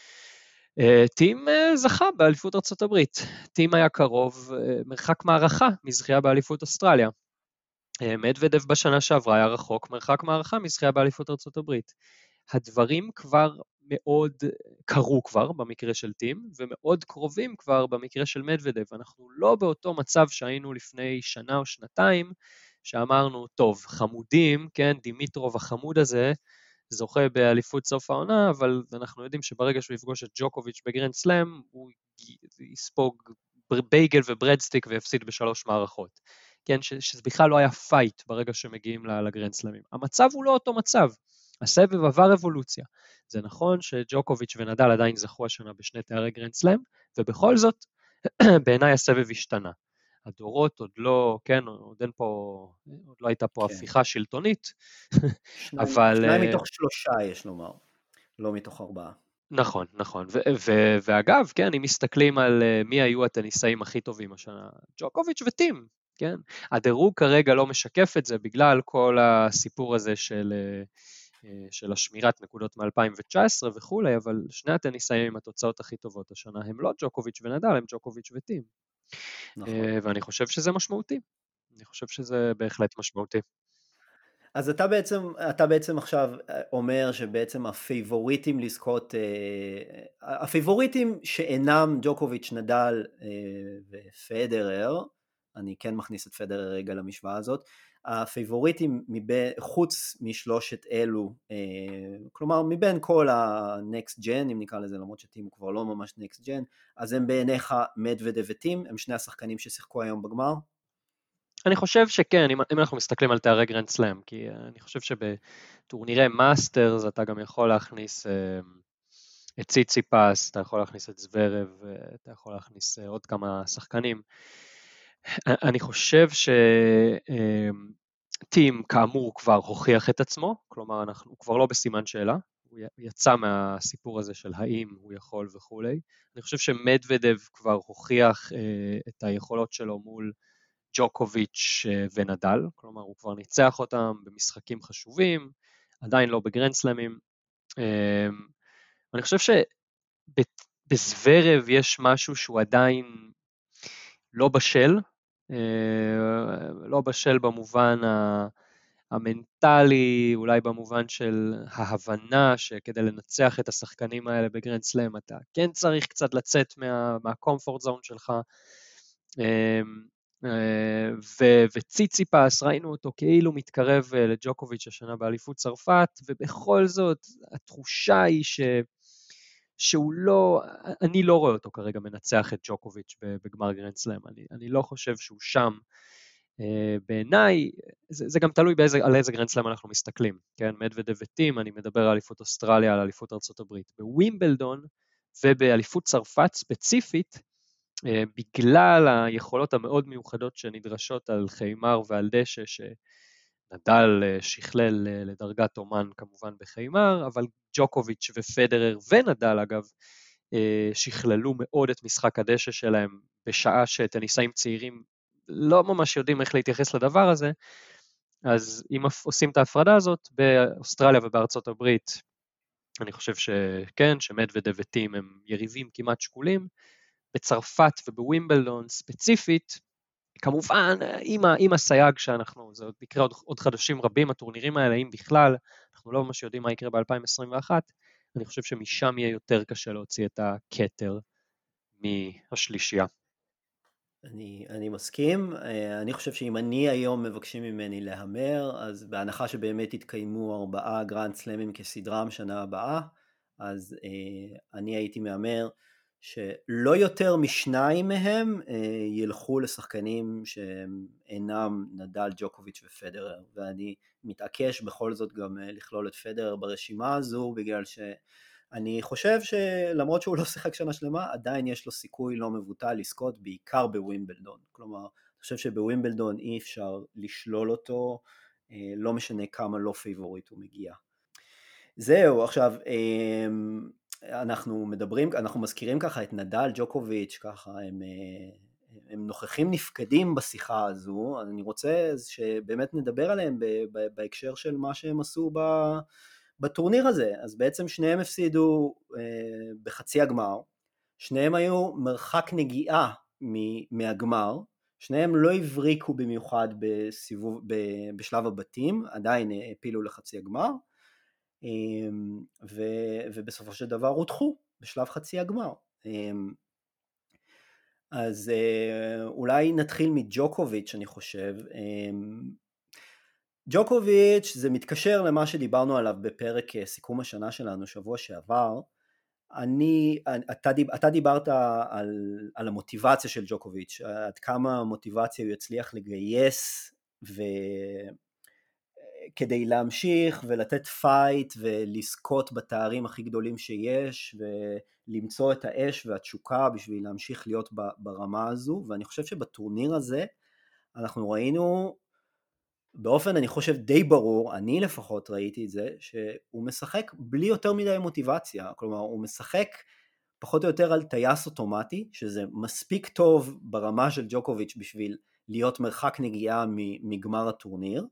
טים זכה באליפות ארצות הברית, טים היה קרוב, מרחק מערכה מזכייה באליפות אוסטרליה. מדוודב בשנה שעברה היה רחוק, מרחק מערכה מזכייה באליפות ארצות הברית. הדברים כבר מאוד קרו כבר במקרה של טים, ומאוד קרובים כבר במקרה של מדוודב. אנחנו לא באותו מצב שהיינו לפני שנה או שנתיים, שאמרנו, טוב, חמודים, כן, דימיטרוב החמוד הזה, זוכה באליפות סוף העונה, אבל אנחנו יודעים שברגע שהוא יפגוש את ג'וקוביץ' בגרנד סלאם, הוא יספוג בייגל וברדסטיק ויפסיד בשלוש מערכות. כן, שזה בכלל לא היה פייט ברגע שמגיעים לגרנד סלאמים. המצב הוא לא אותו מצב. הסבב עבר אבולוציה. זה נכון שג'וקוביץ' ונדל עדיין זכו השנה בשני תארי גרנד סלאם, ובכל זאת, בעיניי הסבב השתנה. הדורות עוד לא, כן, עוד אין פה, עוד לא הייתה פה כן. הפיכה שלטונית, שניים, אבל... שניים מתוך שלושה יש לומר, לא מתוך ארבעה. נכון, נכון, ו- ו- ואגב, כן, אם מסתכלים על מי היו הטניסאים הכי טובים השנה, ג'וקוביץ' וטים, כן, הדירוג כרגע לא משקף את זה, בגלל כל הסיפור הזה של... של השמירת נקודות מ-אלפיים תשע עשרה וכולי, אבל שני הטניסאים עם התוצאות הכי טובות השנה הם לא ג'וקוביץ' ונדל, הם ג'וקוביץ' וטים. נכון. ואני חושב שזה משמעותי. אני חושב שזה בהחלט משמעותי. אז אתה בעצם, אתה בעצם עכשיו אומר שבעצם הפייבוריטים לזכות, הפייבוריטים שאינם ג'וקוביץ', נדל ופדרר, אני כן מכניס את פדרר רגע למשוואה הזאת, הפייבוריטים מבין, חוץ משלושת אלו, כלומר מבין כל ה-next gen, אם נקרא לזה, למרות שטים הוא כבר לא ממש next gen, אז הם בעיניך מדוודב וטים, הם שני השחקנים ששיחקו היום בגמר? אני חושב שכן, אם, אם אנחנו מסתכלים על תארי גרנד סלאם, כי אני חושב שבטורנירי מאסטרס אתה גם יכול להכניס את ציציפס, אתה יכול להכניס את זוורב, אתה יכול להכניס עוד כמה שחקנים. אני חושב שטים כאמור כבר הוכיח את עצמו, כלומר אנחנו, הוא כבר לא בסימן שאלה, הוא יצא מהסיפור הזה של האם הוא יכול וכולי. אני חושב שמדוודב כבר הוכיח את היכולות שלו מול ג'וקוביץ' ונדל, כלומר הוא כבר ניצח אותם במשחקים חשובים, עדיין לא בגרנד סלאמים. אני חושב שבזוורב יש משהו שהוא עדיין לא בשל, לא בשל במובן המנטלי, אולי במובן של ההבנה שכדי לנצח את השחקנים האלה בגרנד סלאם אתה כן צריך קצת לצאת מה, מהקומפורט זון שלך, וציציפס, ראינו אותו כאילו מתקרב לג'וקוביץ' השנה באליפות צרפת, ובכל זאת התחושה היא ש... שהוא לא, אני לא רואה אותו כרגע מנצח את ג'וקוביץ' בגמר גרנד סלאם, אני, אני לא חושב שהוא שם. בעיניי, זה, זה גם תלוי באיזה, על איזה גרנד סלאם אנחנו מסתכלים, כן? מדוודב וטים, אני מדבר על אליפות אוסטרליה, על אליפות ארצות הברית. בווימבלדון ובאליפות צרפת ספציפית, בגלל היכולות המאוד מיוחדות שנדרשות על חיימר ועל דשא, שנדל שכלל לדרגת אומן כמובן בחיימר, אבל ג'וקוביץ' ופדרר ונדל אגב, שכללו מאוד את משחק הדשא שלהם, בשעה שטניסאים צעירים לא ממש יודעים איך להתייחס לדבר הזה, אז אם עושים את ההפרדה הזאת, באוסטרליה ובארצות הברית, אני חושב שכן, שמדוודב וטים הם יריבים כמעט שקולים, בצרפת ובווימבלדון ספציפית, כמובן עם, עם הסייג שאנחנו, זה עוד יקרה עוד, עוד חדשים רבים, הטורנירים האלה, אם בכלל, אנחנו לא ממש יודעים מה יקרה ב-אלפיים עשרים ואחת, אני חושב שמשם יהיה יותר קשה להוציא את הכתר מהשלישייה. אני, אני מסכים, אה, אני חושב שאם אני היום מבקשים ממני להמר, אז בהנחה שבאמת יתקיימו ארבעה גרנד סלמים כסדרם שנה הבאה, אז אה, אני הייתי מהמר שלא יותר משניים מהם אה, ילכו לשחקנים שהם אינם נדל, ג'וקוביץ' ופדרר, ואני מתעקש בכל זאת גם אה, לכלול את פדרר ברשימה הזו, בגלל ש... אני חושב שלמרות שהוא לא שיחק שנה שלמה, עדיין יש לו סיכוי לא מבוטל לזכות, בעיקר בווימבלדון. כלומר, אני חושב שבווימבלדון אי אפשר לשלול אותו, לא משנה כמה לא פייבוריט הוא מגיע. זהו, עכשיו, אנחנו מדברים, אנחנו מזכירים ככה את נדל, ג'וקוביץ', ככה הם, הם נוכחים נפקדים בשיחה הזו, אני רוצה שבאמת נדבר עליהם בהקשר של מה שהם עשו ב... בטורניר הזה. אז בעצם שניהם הפסידו אה, בחצי הגמר, שניהם היו מרחק נגיעה מהגמר, שניהם לא הבריקו במיוחד בסיבוב, ב, בשלב הבתים, עדיין הפילו לחצי הגמר, אה, ו, ובסופו של דבר הודחו בשלב חצי הגמר. אה, אז אה, אולי נתחיל מג'וקוביץ', אני חושב. אה, ג'וקוביץ' זה מתקשר למה שדיברנו עליו בפרק סיכום השנה שלנו שבוע שעבר. אני, אתה, דיב, אתה דיברת על, על המוטיבציה של ג'וקוביץ', עד כמה מוטיבציה הוא יצליח לגייס וכדי להמשיך ולתת פייט ולזכות בתארים הכי גדולים שיש ולמצוא את האש והתשוקה בשביל להמשיך להיות ברמה הזו. ואני חושב שבטורניר הזה אנחנו ראינו באופן אני חושב די ברור, אני לפחות ראיתי את זה, שהוא משחק בלי יותר מדי מוטיבציה, כלומר הוא משחק פחות או יותר על טייס אוטומטי, שזה מספיק טוב ברמה של ג'וקוביץ' בשביל להיות מרחק נגיעה מגמר הטורניר.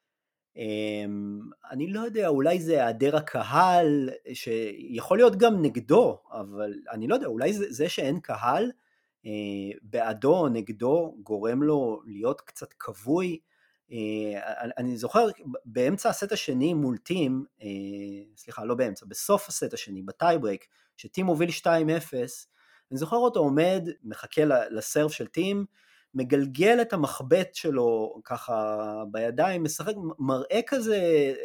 אני לא יודע, אולי זה היעדר הקהל, שיכול להיות גם נגדו, אבל אני לא יודע, אולי זה, זה שאין קהל, בעדו או נגדו גורם לו להיות קצת כבוי. אני זוכר באמצע הסט השני מול טים, סליחה לא באמצע, בסוף הסט השני, בטייברק, שטים מוביל שתיים אפס, אני זוכר אותו עומד, מחכה לסרף של טים, מגלגל את המחבט שלו ככה בידיים, משחק, מראה כזה,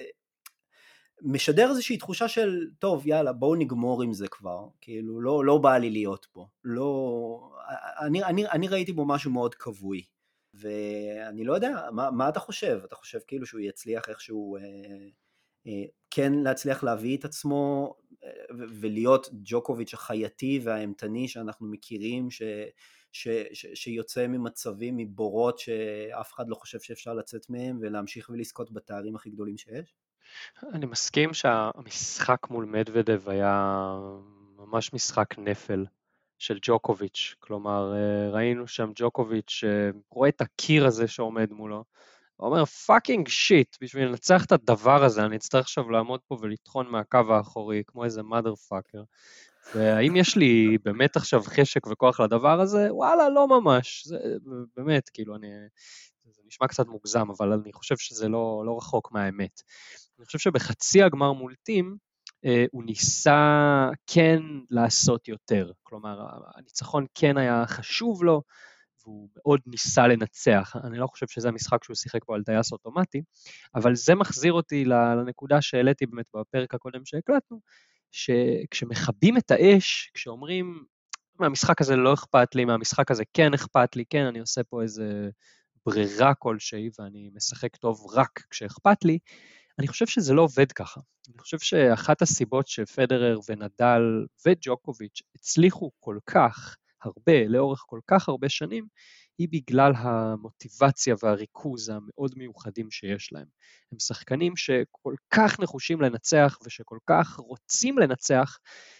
משדר איזושהי תחושה של, טוב יאללה בואו נגמור עם זה כבר, כאילו לא, לא בא לי להיות פה, לא, אני, אני, אני ראיתי בו משהו מאוד כבוי. ואני לא יודע, מה, מה אתה חושב? אתה חושב כאילו שהוא יצליח איכשהו, אה, אה, כן להצליח להביא את עצמו, אה, ולהיות ג'וקוביץ' החייתי והאמתני שאנחנו מכירים, ש, ש, ש, שיוצא ממצבים, מבורות שאף אחד לא חושב שאפשר לצאת מהם, ולהמשיך ולזכות בתארים הכי גדולים שיש? אני מסכים שהמשחק מול מדוודב היה ממש משחק נפל של ג'וקוביץ', כלומר ראינו שם ג'וקוביץ' רואה את הקיר הזה שעומד מולו, הוא אומר פאקינג שיט, בשביל לנצח את הדבר הזה אני אצטרך עכשיו לעמוד פה ולטחון מהקו האחורי כמו איזה mother fucker, והאם יש לי באמת עכשיו חשק וכוח לדבר הזה? וואלה לא ממש, זה באמת כאילו אני, זה נשמע קצת מוגזם אבל אני חושב שזה לא, לא רחוק מהאמת. אני חושב שבחצי הגמר מול טים, הוא ניסה כן לעשות יותר, כלומר הניצחון כן היה חשוב לו, והוא מאוד ניסה לנצח, אני לא חושב שזה המשחק שהוא שיחק בו על טייס אוטומטי, אבל זה מחזיר אותי לנקודה שהעליתי באמת בפרק הקודם שהקלטנו, שכשמחבים את האש, כשאומרים, מהמשחק הזה לא אכפת לי, מהמשחק הזה כן אכפת לי, כן אני עושה פה איזה ברירה כלשהי, ואני משחק טוב רק כשאכפת לי, אני חושב שזה לא עובד ככה. אני חושב שאחת הסיבות שפדרר ונדל וג'וקוביץ' הצליחו כל כך הרבה, לאורך כל כך הרבה שנים, היא בגלל המוטיבציה והריכוז המאוד מיוחדים שיש להם. הם שחקנים שכל כך נחושים לנצח ושכל כך רוצים לנצח,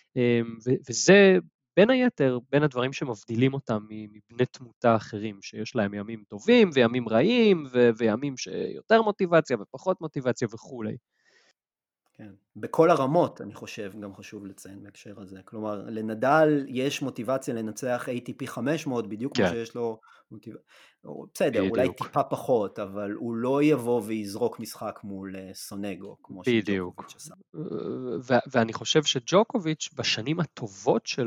וזה בין היתר, בין הדברים שמבדילים אותם מבני תמותה אחרים, שיש להם ימים טובים וימים רעים, ו- וימים שיותר מוטיבציה ופחות מוטיבציה וכו'. כן. בכל הרמות אני חושב, גם חשוב לציין בהקשר הזה. כלומר, לנדל יש מוטיבציה לנצח איי טי פי חמש מאות, בדיוק כמו כן. שיש לו מוטיבציה. בסדר, אולי בדיוק. טיפה פחות, אבל הוא לא יבוא ויזרוק משחק מול סונגו, כמו בדיוק. שג'וקוביץ' עשה. ו- ואני חושב שג'וקוביץ' בשנים הטובות שלו,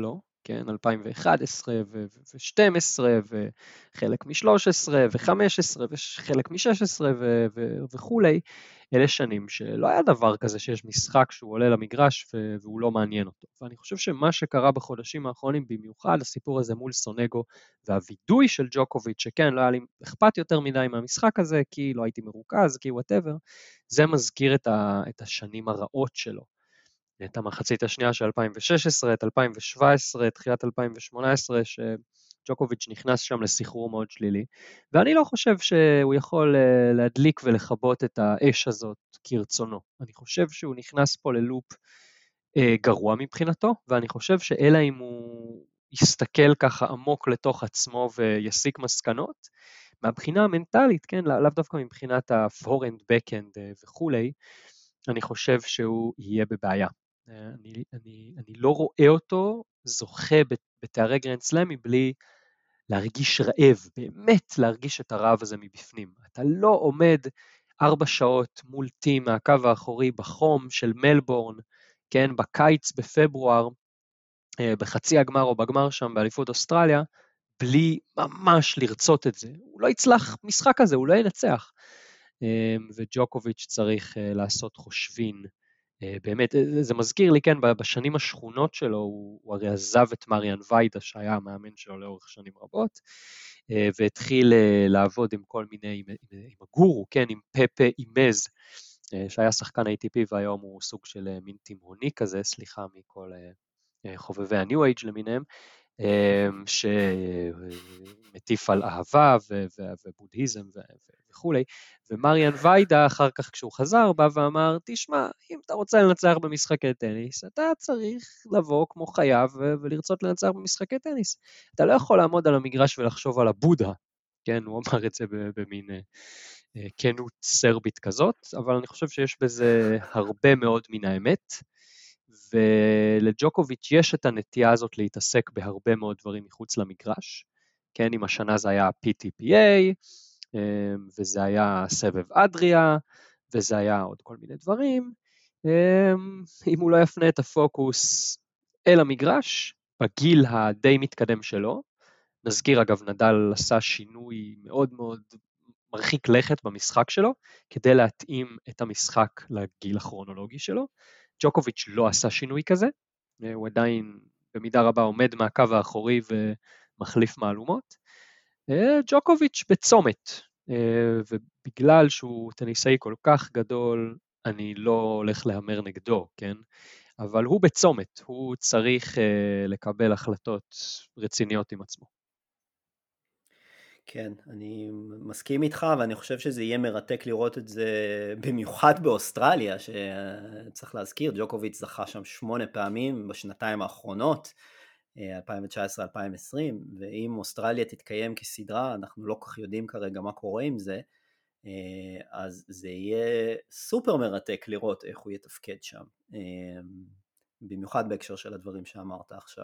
כן, אלפיים ואחת עשרה ו-שתים עשרה וחלק מ-שלוש עשרה ו-חמש עשרה וחלק מ-שש עשרה וכולי, אלה שנים שלא היה דבר כזה שיש משחק שהוא עולה למגרש והוא לא מעניין אותו. ואני חושב שמה שקרה בחודשים האחרונים, במיוחד הסיפור הזה מול סונגו והווידוי של ג'וקוביץ', שכן, לא היה לי אכפת יותר מדי מהמשחק הזה, כי לא הייתי מרוכז, כי whatever, זה מזכיר את, ה, את השנים הרעות שלו. את המחצית השנייה של אלפיים ושש עשרה, את אלפיים ושבע עשרה, תחילת אלפיים ושמונה עשרה, שג'וקוביץ' נכנס שם לסחרור מאוד שלילי, ואני לא חושב שהוא יכול להדליק ולכבות את האש הזאת כרצונו. אני חושב שהוא נכנס פה ללופ גרוע מבחינתו, ואני חושב שאלא אם הוא יסתכל ככה עמוק לתוך עצמו ויסיק מסקנות, מהבחינה המנטלית, כן, לאו דווקא מבחינת ה-forehand, backhand וכולי, אני חושב שהוא יהיה בבעיה. אני, אני, אני לא רואה אותו זוכה בתארי גרנד סלאם מבלי להרגיש רעב, באמת להרגיש את הרעב הזה מבפנים. אתה לא עומד ארבע שעות מול טים מהקו האחורי בחום של מלבורן, כן, בקיץ בפברואר, בחצי הגמר או בגמר שם באליפות אוסטרליה, בלי ממש לרצות את זה. הוא לא יצלח משחק הזה, הוא לא ינצח. וג'וקוביץ' צריך לעשות חושבין. באמת, זה מזכיר לי, כן, בשנים השכונות שלו, הוא, הוא הרי עזב את מריאן ויידה, שהיה המאמן שלו לאורך שנים רבות, והתחיל לעבוד עם כל מיני, עם, עם הגורו, כן, עם פפה אימז, שהיה שחקן איי טי פי, והיום הוא סוג של מין תימהוני כזה, סליחה מכל חובבי הניו אייג' למיניהם, שמטיף על אהבה ובודהיזם וכולי, ומריאן ויידה אחר כך כשהוא חזר בא ואמר, תשמע, אם אתה רוצה לנצח במשחקי טניס, אתה צריך לבוא כמו חייב ולרצות לנצח במשחקי טניס. אתה לא יכול לעמוד על המגרש ולחשוב על הבודה, כן, הוא אמר את זה במין כנות סרבית כזאת, אבל אני חושב שיש בזה הרבה מאוד מן האמת, ולג'וקוביץ' יש את הנטייה הזאת להתעסק בהרבה מאוד דברים מחוץ למגרש, כן, אם השנה זה היה פי טי פי איי, וזה היה סבב אדריה, וזה היה עוד כל מיני דברים, אם הוא לא יפנה את הפוקוס אל המגרש, בגיל הדי מתקדם שלו, נזכיר אגב, נדל עשה שינוי מאוד מאוד מרחיק לכת במשחק שלו, כדי להתאים את המשחק לגיל הכרונולוגי שלו. ג'וקוביץ' לא עשה שינוי כזה, הוא עדיין במידה רבה עומד מהקו האחורי ומחליף מהלומות. ג'וקוביץ' בצומת, ובגלל שהוא טניסאי כל כך גדול, אני לא הולך להמר נגדו, כן? אבל הוא בצומת, הוא צריך לקבל החלטות רציניות עם עצמו. כן, אני מסכים איתך, ואני חושב שזה יהיה מרתק לראות את זה במיוחד באוסטרליה, שצריך להזכיר, ג'וקוביץ' זכה שם שמונה פעמים בשנתיים האחרונות, אלפיים תשע עשרה אלפיים עשרים, ואם אוסטרליה תתקיים כסדרה, אנחנו לא כך יודעים כרגע מה קורה עם זה, אז זה יהיה סופר מרתק לראות איך הוא יתפקד שם, במיוחד בהקשר של הדברים שאמרת עכשיו.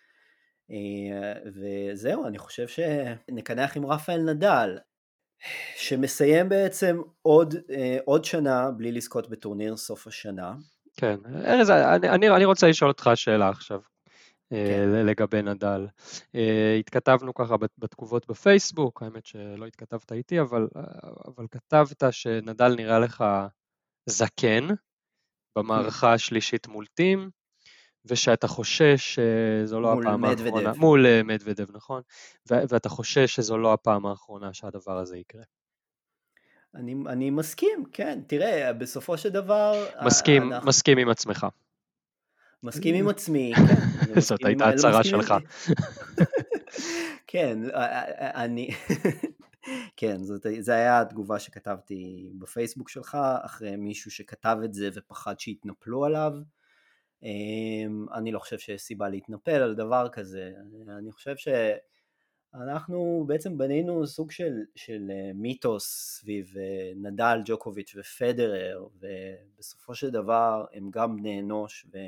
וזהו, אני חושב שנקנח עם רפאל נדל, שמסיים בעצם עוד, עוד שנה בלי לזכות בטורניר סוף השנה. כן, ארז, אני, אני, אני רוצה לשאול אותך שאלה עכשיו, כן. לגבי נדל. התכתבנו ככה בתגובות בפייסבוק, האמת שלא התכתבת איתי, אבל, אבל כתבת שנדל נראה לך זקן, במערכה השלישית מול טים, ושאתה חושש שזו לא הפעם האחרונה, מול מדוודב, נכון? ואתה חושש שזו לא הפעם האחרונה שהדבר הזה יקרה. אני, אני מסכים, כן, תראה, בסופו של דבר... מסכים, אנחנו... מסכים עם עצמך. מסכים עם עצמי, כן. זאת הייתה הצהרה שלך. כן, אני... כן, זאת, זה היה התגובה שכתבתי בפייסבוק שלך, אחרי מישהו שכתב את זה ופחד שיתנפלו עליו. אני לא חושב שיש סיבה להתנפל על דבר כזה. אני חושב שאנחנו בעצם בנינו סוג של, של מיתוס סביב נדל, ג'וקוביץ' ופדרר, ובסופו של דבר הם גם בני אנוש, ו...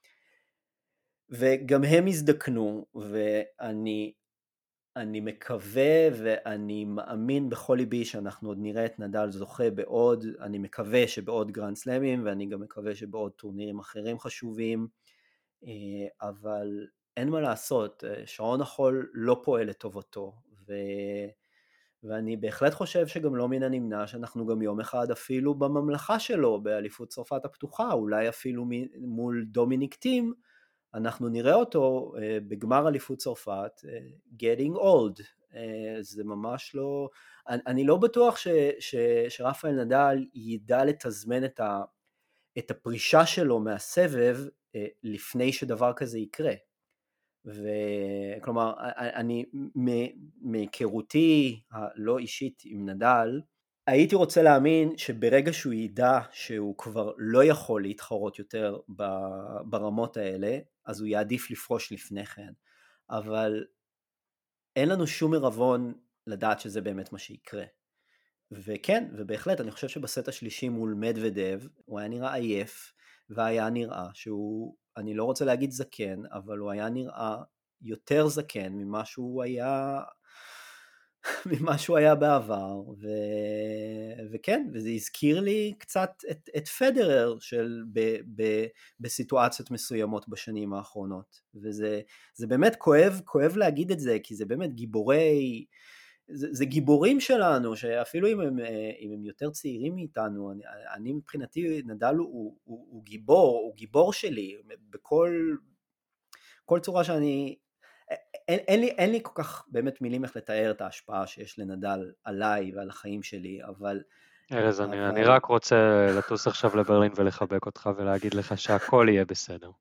וגם הם הזדקנו, ואני אני מקווה ואני מאמין בכל ליבי שאנחנו עוד נראה את נדל זוכה בעוד, אני מקווה שבעוד גרנד סלאמים, ואני גם מקווה שבעוד טורנירים אחרים חשובים, אבל אין מה לעשות, שעון החול לא פועל לטובתו, ו... ואני בהחלט חושב שגם לא מן הנמנע שאנחנו גם יום אחד אפילו בממלכה שלו, באליפות צרפת הפתוחה, אולי אפילו מול דומיניק טים, אנחנו נראה אותו בגמר אליפות צרפת, getting old. זה ממש לא, אני, אני לא בטוח ש, ש, שרפאל נדל ידע לתזמן את, ה, את הפרישה שלו מהסבב לפני שדבר כזה יקרה. וכלומר, אני מהיכרותי הלא אישית עם נדל, הייתי רוצה להאמין שברגע שהוא ידע שהוא כבר לא יכול להתחרות יותר ברמות האלה, אז הוא יעדיף לפרוש לפני כן. אבל אין לנו שום ערבון לדעת שזה באמת מה שיקרה. וכן, ובהחלט, אני חושב שבסט השלישי מול מדוודב, הוא היה נראה עייף, והיה נראה שהוא, אני לא רוצה להגיד זקן, אבל הוא היה נראה יותר זקן ממה שהוא היה, ממה שהוא היה בעבר, ו... וכן, וזה הזכיר לי קצת את, את פדרר של, ב, ב, בסיטואציות מסוימות בשנים האחרונות, וזה זה באמת כואב, כואב להגיד את זה, כי זה באמת גיבורי, זה, זה גיבורים שלנו, שאפילו אם הם, אם הם יותר צעירים מאיתנו, אני, אני מבחינתי, נדל הוא, הוא, הוא גיבור, הוא גיבור שלי, בכל כל צורה שאני, אין, אין, לי, אין לי כל כך באמת מילים איך לתאר את ההשפעה שיש לנדל עליי ועל החיים שלי, אבל... ארז, אבל... אני, אני רק רוצה לטוס עכשיו לברלין ולחבק אותך ולהגיד לך שהכל יהיה בסדר.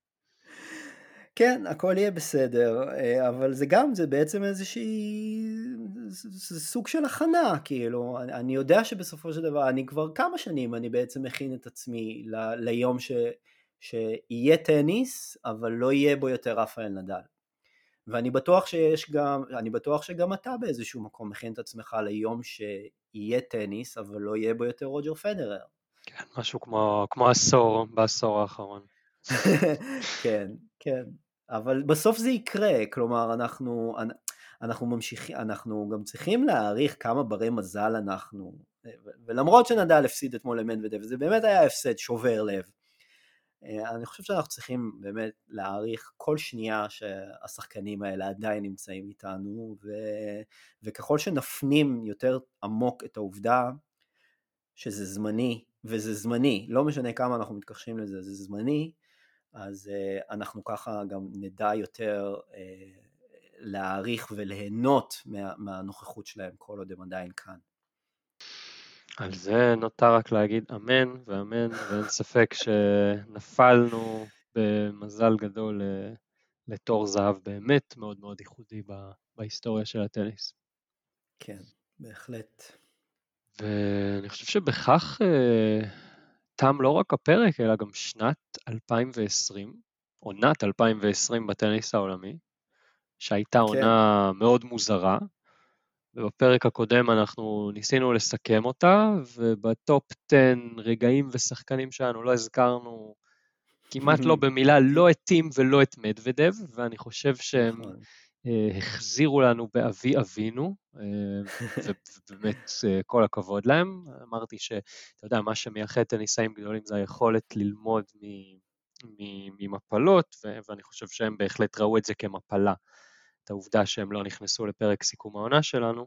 כן, הכל יהיה בסדר, אבל זה גם, זה בעצם איזושהי, זה סוג של הכנה, כאילו, אני, אני יודע שבסופו של דבר, אני כבר כמה שנים, אני בעצם מכין את עצמי ל, ליום ש, שיהיה טניס, אבל לא יהיה בו יותר רפאל נדל. ואני בטוח שיש גם, אני בטוח שגם אתה באיזשהו מקום מכין את עצמך ליום שיהיה טניס, אבל לא יהיה בו יותר רוג'ר פדרר. כן, משהו כמו, כמו עשור, בעשור האחרון. כן, כן. אבל בסוף זה יקרה, כלומר אנחנו, אנחנו ממשיכים, אנחנו גם צריכים להעריך כמה ברי מזל אנחנו, ולמרות שנדל הפסיד אתמול למדוודב, זה באמת היה הפסד שובר לב. אני חושב שאנחנו צריכים באמת להעריך כל שנייה שהשחקנים האלה עדיין נמצאים איתנו, ו... וככל שנפנים יותר עמוק את העובדה שזה זמני, וזה זמני, לא משנה כמה אנחנו מתכחשים לזה, זה זמני, אז אנחנו ככה גם נדע יותר להעריך וליהנות מה... מהנוכחות שלהם כל עוד הם עדיין כאן. על זה נותר רק להגיד אמן ואמן, ואין ספק שנפלנו במזל גדול לתור זהב באמת מאוד מאוד ייחודי בהיסטוריה של הטניס. כן, בהחלט. ואני חושב שבכך תם לא רק הפרק, אלא גם שנת אלפיים ועשרים, עונת אלפיים ועשרים בטניס העולמי, שהייתה עונה כן. מאוד מוזרה, ובפרק הקודם אנחנו ניסינו לסכם אותה, ובטופ עשר רגעים ושחקנים שלנו לא הזכרנו כמעט לא במילה, לא את טים ולא את מדוודב, ואני חושב שהם נכון. החזירו לנו באבי אבינו, ובאמת כל הכבוד להם. אמרתי שאתה יודע, מה שמייחד טניסאים גדולים זה היכולת ללמוד ממפלות, ואני חושב שהם בהחלט ראו את זה כמפלה. את העובדה שהם לא נכנסו לפרק סיכום העונה שלנו,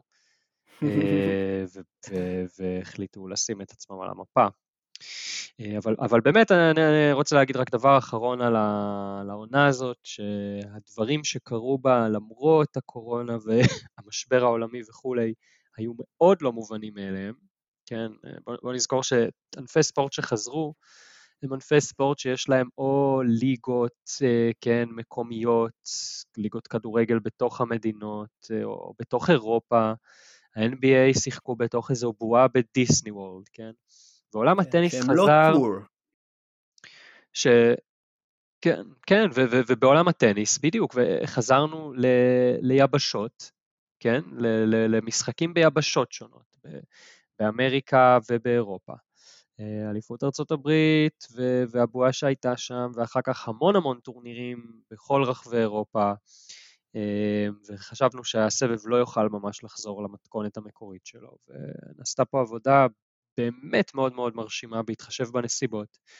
והחליטו לשים את עצמם על המפה. אבל, אבל באמת אני רוצה להגיד רק דבר אחרון על העונה הזאת, שהדברים שקרו בה למרות הקורונה והמשבר העולמי וכולי, היו מאוד לא מובנים מאליהם. כן, בוא, בוא נזכור שענפי ספורט שחזרו, הם ענפי ספורט שיש להם או ליגות, כן, מקומיות, ליגות כדורגל בתוך המדינות, או בתוך אירופה, ה-אן בי איי שיחקו בתוך איזו בועה בדיסני וורלד, כן? ועולם כן, הטניס חזר... שהם לא טור. ש... כן, כן, ו- ו- ובעולם הטניס, בדיוק, וחזרנו ל- ליבשות, כן? ל- ל- למשחקים ביבשות שונות, ב- באמריקה ובאירופה. אליפות ארצות הברית והבועה שהייתה שם, ואחר כך המון המון טורנירים בכל רחבי אירופה, וחשבנו שהסבב לא יוכל ממש לחזור למתכונת המקורית שלו, ונעשתה פה עבודה באמת מאוד מאוד מרשימה בהתחשב בנסיבות,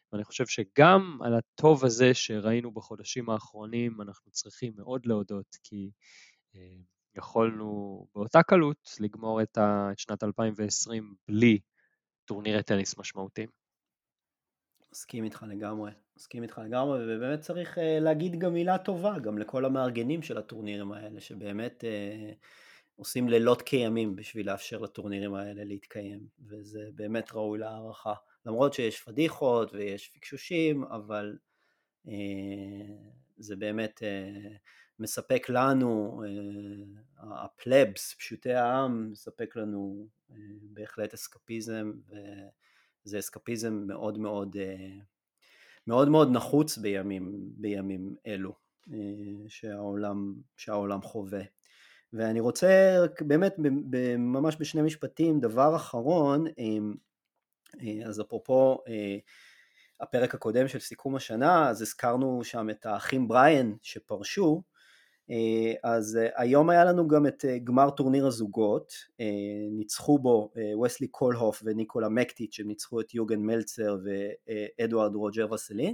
ואני חושב שגם על הטוב הזה שראינו בחודשים האחרונים, אנחנו צריכים מאוד להודות, כי יכולנו באותה קלות לגמור את שנת אלפיים ועשרים בלי טורנירי טניס משמעותיים. מסכים איתך לגמרי, מסכים איתך לגמרי, ובאמת צריך uh, להגיד גם מילה טובה, גם לכל המארגנים של הטורנירים האלה, שבאמת uh, עושים לילות כימים בשביל לאפשר לטורנירים האלה להתקיים, וזה באמת ראוי להערכה. למרות שיש פדיחות ויש פיקשושים, אבל uh, זה באמת uh, מספק לנו, uh, הפלבס, פשוטי העם, מספק לנו uh, בהחלט אסקפיזם, ו... זה אסקפיזם מאוד מאוד מאוד מאוד נחוץ בימים בימים אלו שהעולם שהעולם חווה. ואני רוצה באמת ממש בשני משפטים דבר אחרון, אז אפרופו הפרק הקודם של סיכום השנה, אז הזכרנו שם את האחים בריין שפרשו, אז היום היה לנו גם את גמר טורניר הזוגות, ניצחו בו וסלי קולהוף וניקולה מקטיץ', שהם ניצחו את יוגן מלצר ואדוארד רוג'ר וסלין.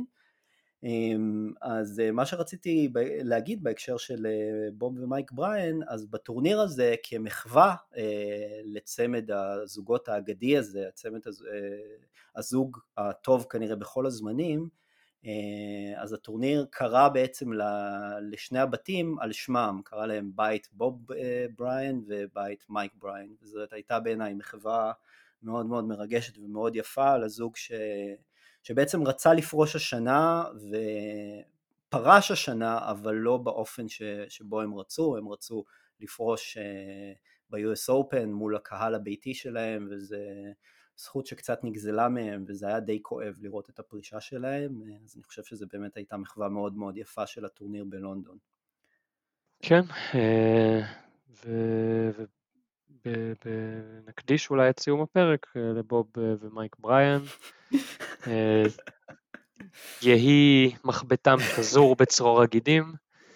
אז מה שרציתי להגיד בהקשר של בוב ומייק בריין, אז בטורניר הזה כמחווה לצמד הזוגות האגדי הזה, הצמד הזוג הטוב כנראה בכל הזמנים, אז הטורניר קרא בעצם לשני הבתים על שמם, קרא להם בית בוב בריין ובית מייק בריין, וזאת הייתה בעיניי מחווה מאוד מאוד מרגשת ומאוד יפה לזוג ש... שבעצם רצה לפרוש השנה ופרש השנה, אבל לא באופן ש... שבו הם רצו, הם רצו לפרוש ב-יו אס Open מול הקהל הביתי שלהם, וזה זכות שקצת נגזלה מהם, וזה היה די כואב לראות את הפרישה שלהם, אז אני חושב שזה באמת הייתה מחווה מאוד מאוד יפה של הטורניר בלונדון. כן, ונקדיש אולי את סיום הפרק לבוב ומייק בריין, יהי מחבטם שזור בצרור הגידים,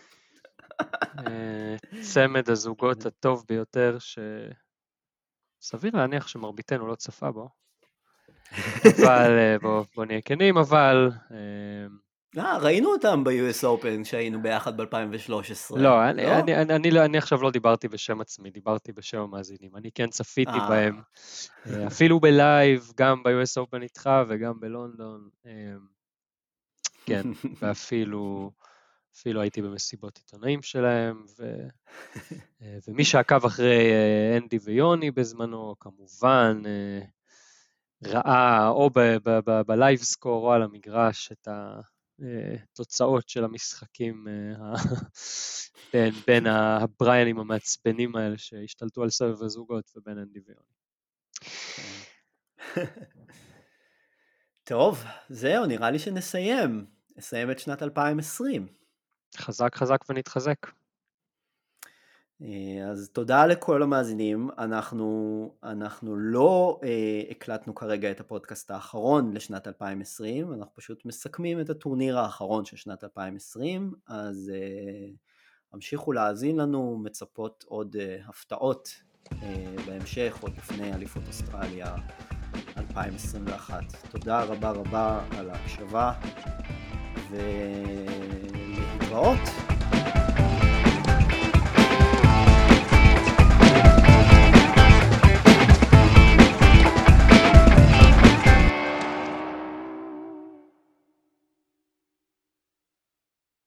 צמד הזוגות הטוב ביותר שסביר להניח שמרביתנו לא צפה בו, אבל בוא, בוא נהיה כנים, אבל אה, ראינו אותם ב-יו אס Open שהיינו ביחד ב-אלפיים ושלוש עשרה. לא, אני, אני, אני, אני, אני עכשיו לא דיברתי בשם עצמי, דיברתי בשם המאזינים. אני כן צפיתי אה. בהם, אפילו בלייב, גם ב-יו אס Open איתך וגם בלונדון. כן, ואפילו אפילו הייתי במסיבות עיתונאים שלהם, ו, ומי שעקב אחרי אנדי ויוני בזמנו, כמובן, ראה או בלייב סקור או על המגרש את התוצאות של המשחקים בין, בין הבריינים המעצבנים האלה שהשתלטו על סבב הזוגות ובין אנדי ויוני. טוב, זהו, נראה לי שנסיים. נסיים את שנת אלפיים עשרים. חזק חזק ונתחזק. אז תודה לכל המאזינים, אנחנו, אנחנו לא אה, הקלטנו כרגע את הפודקאסט האחרון לשנת אלפיים עשרים, אנחנו פשוט מסכמים את הטורניר האחרון של שנת אלפיים עשרים, אז אה, המשיכו להאזין לנו, מצפות עוד אה, הפתעות אה, בהמשך, עוד לפני אליפות אוסטרליה אלפיים עשרים ואחת. תודה רבה רבה על ההקשבה, ולהתראות.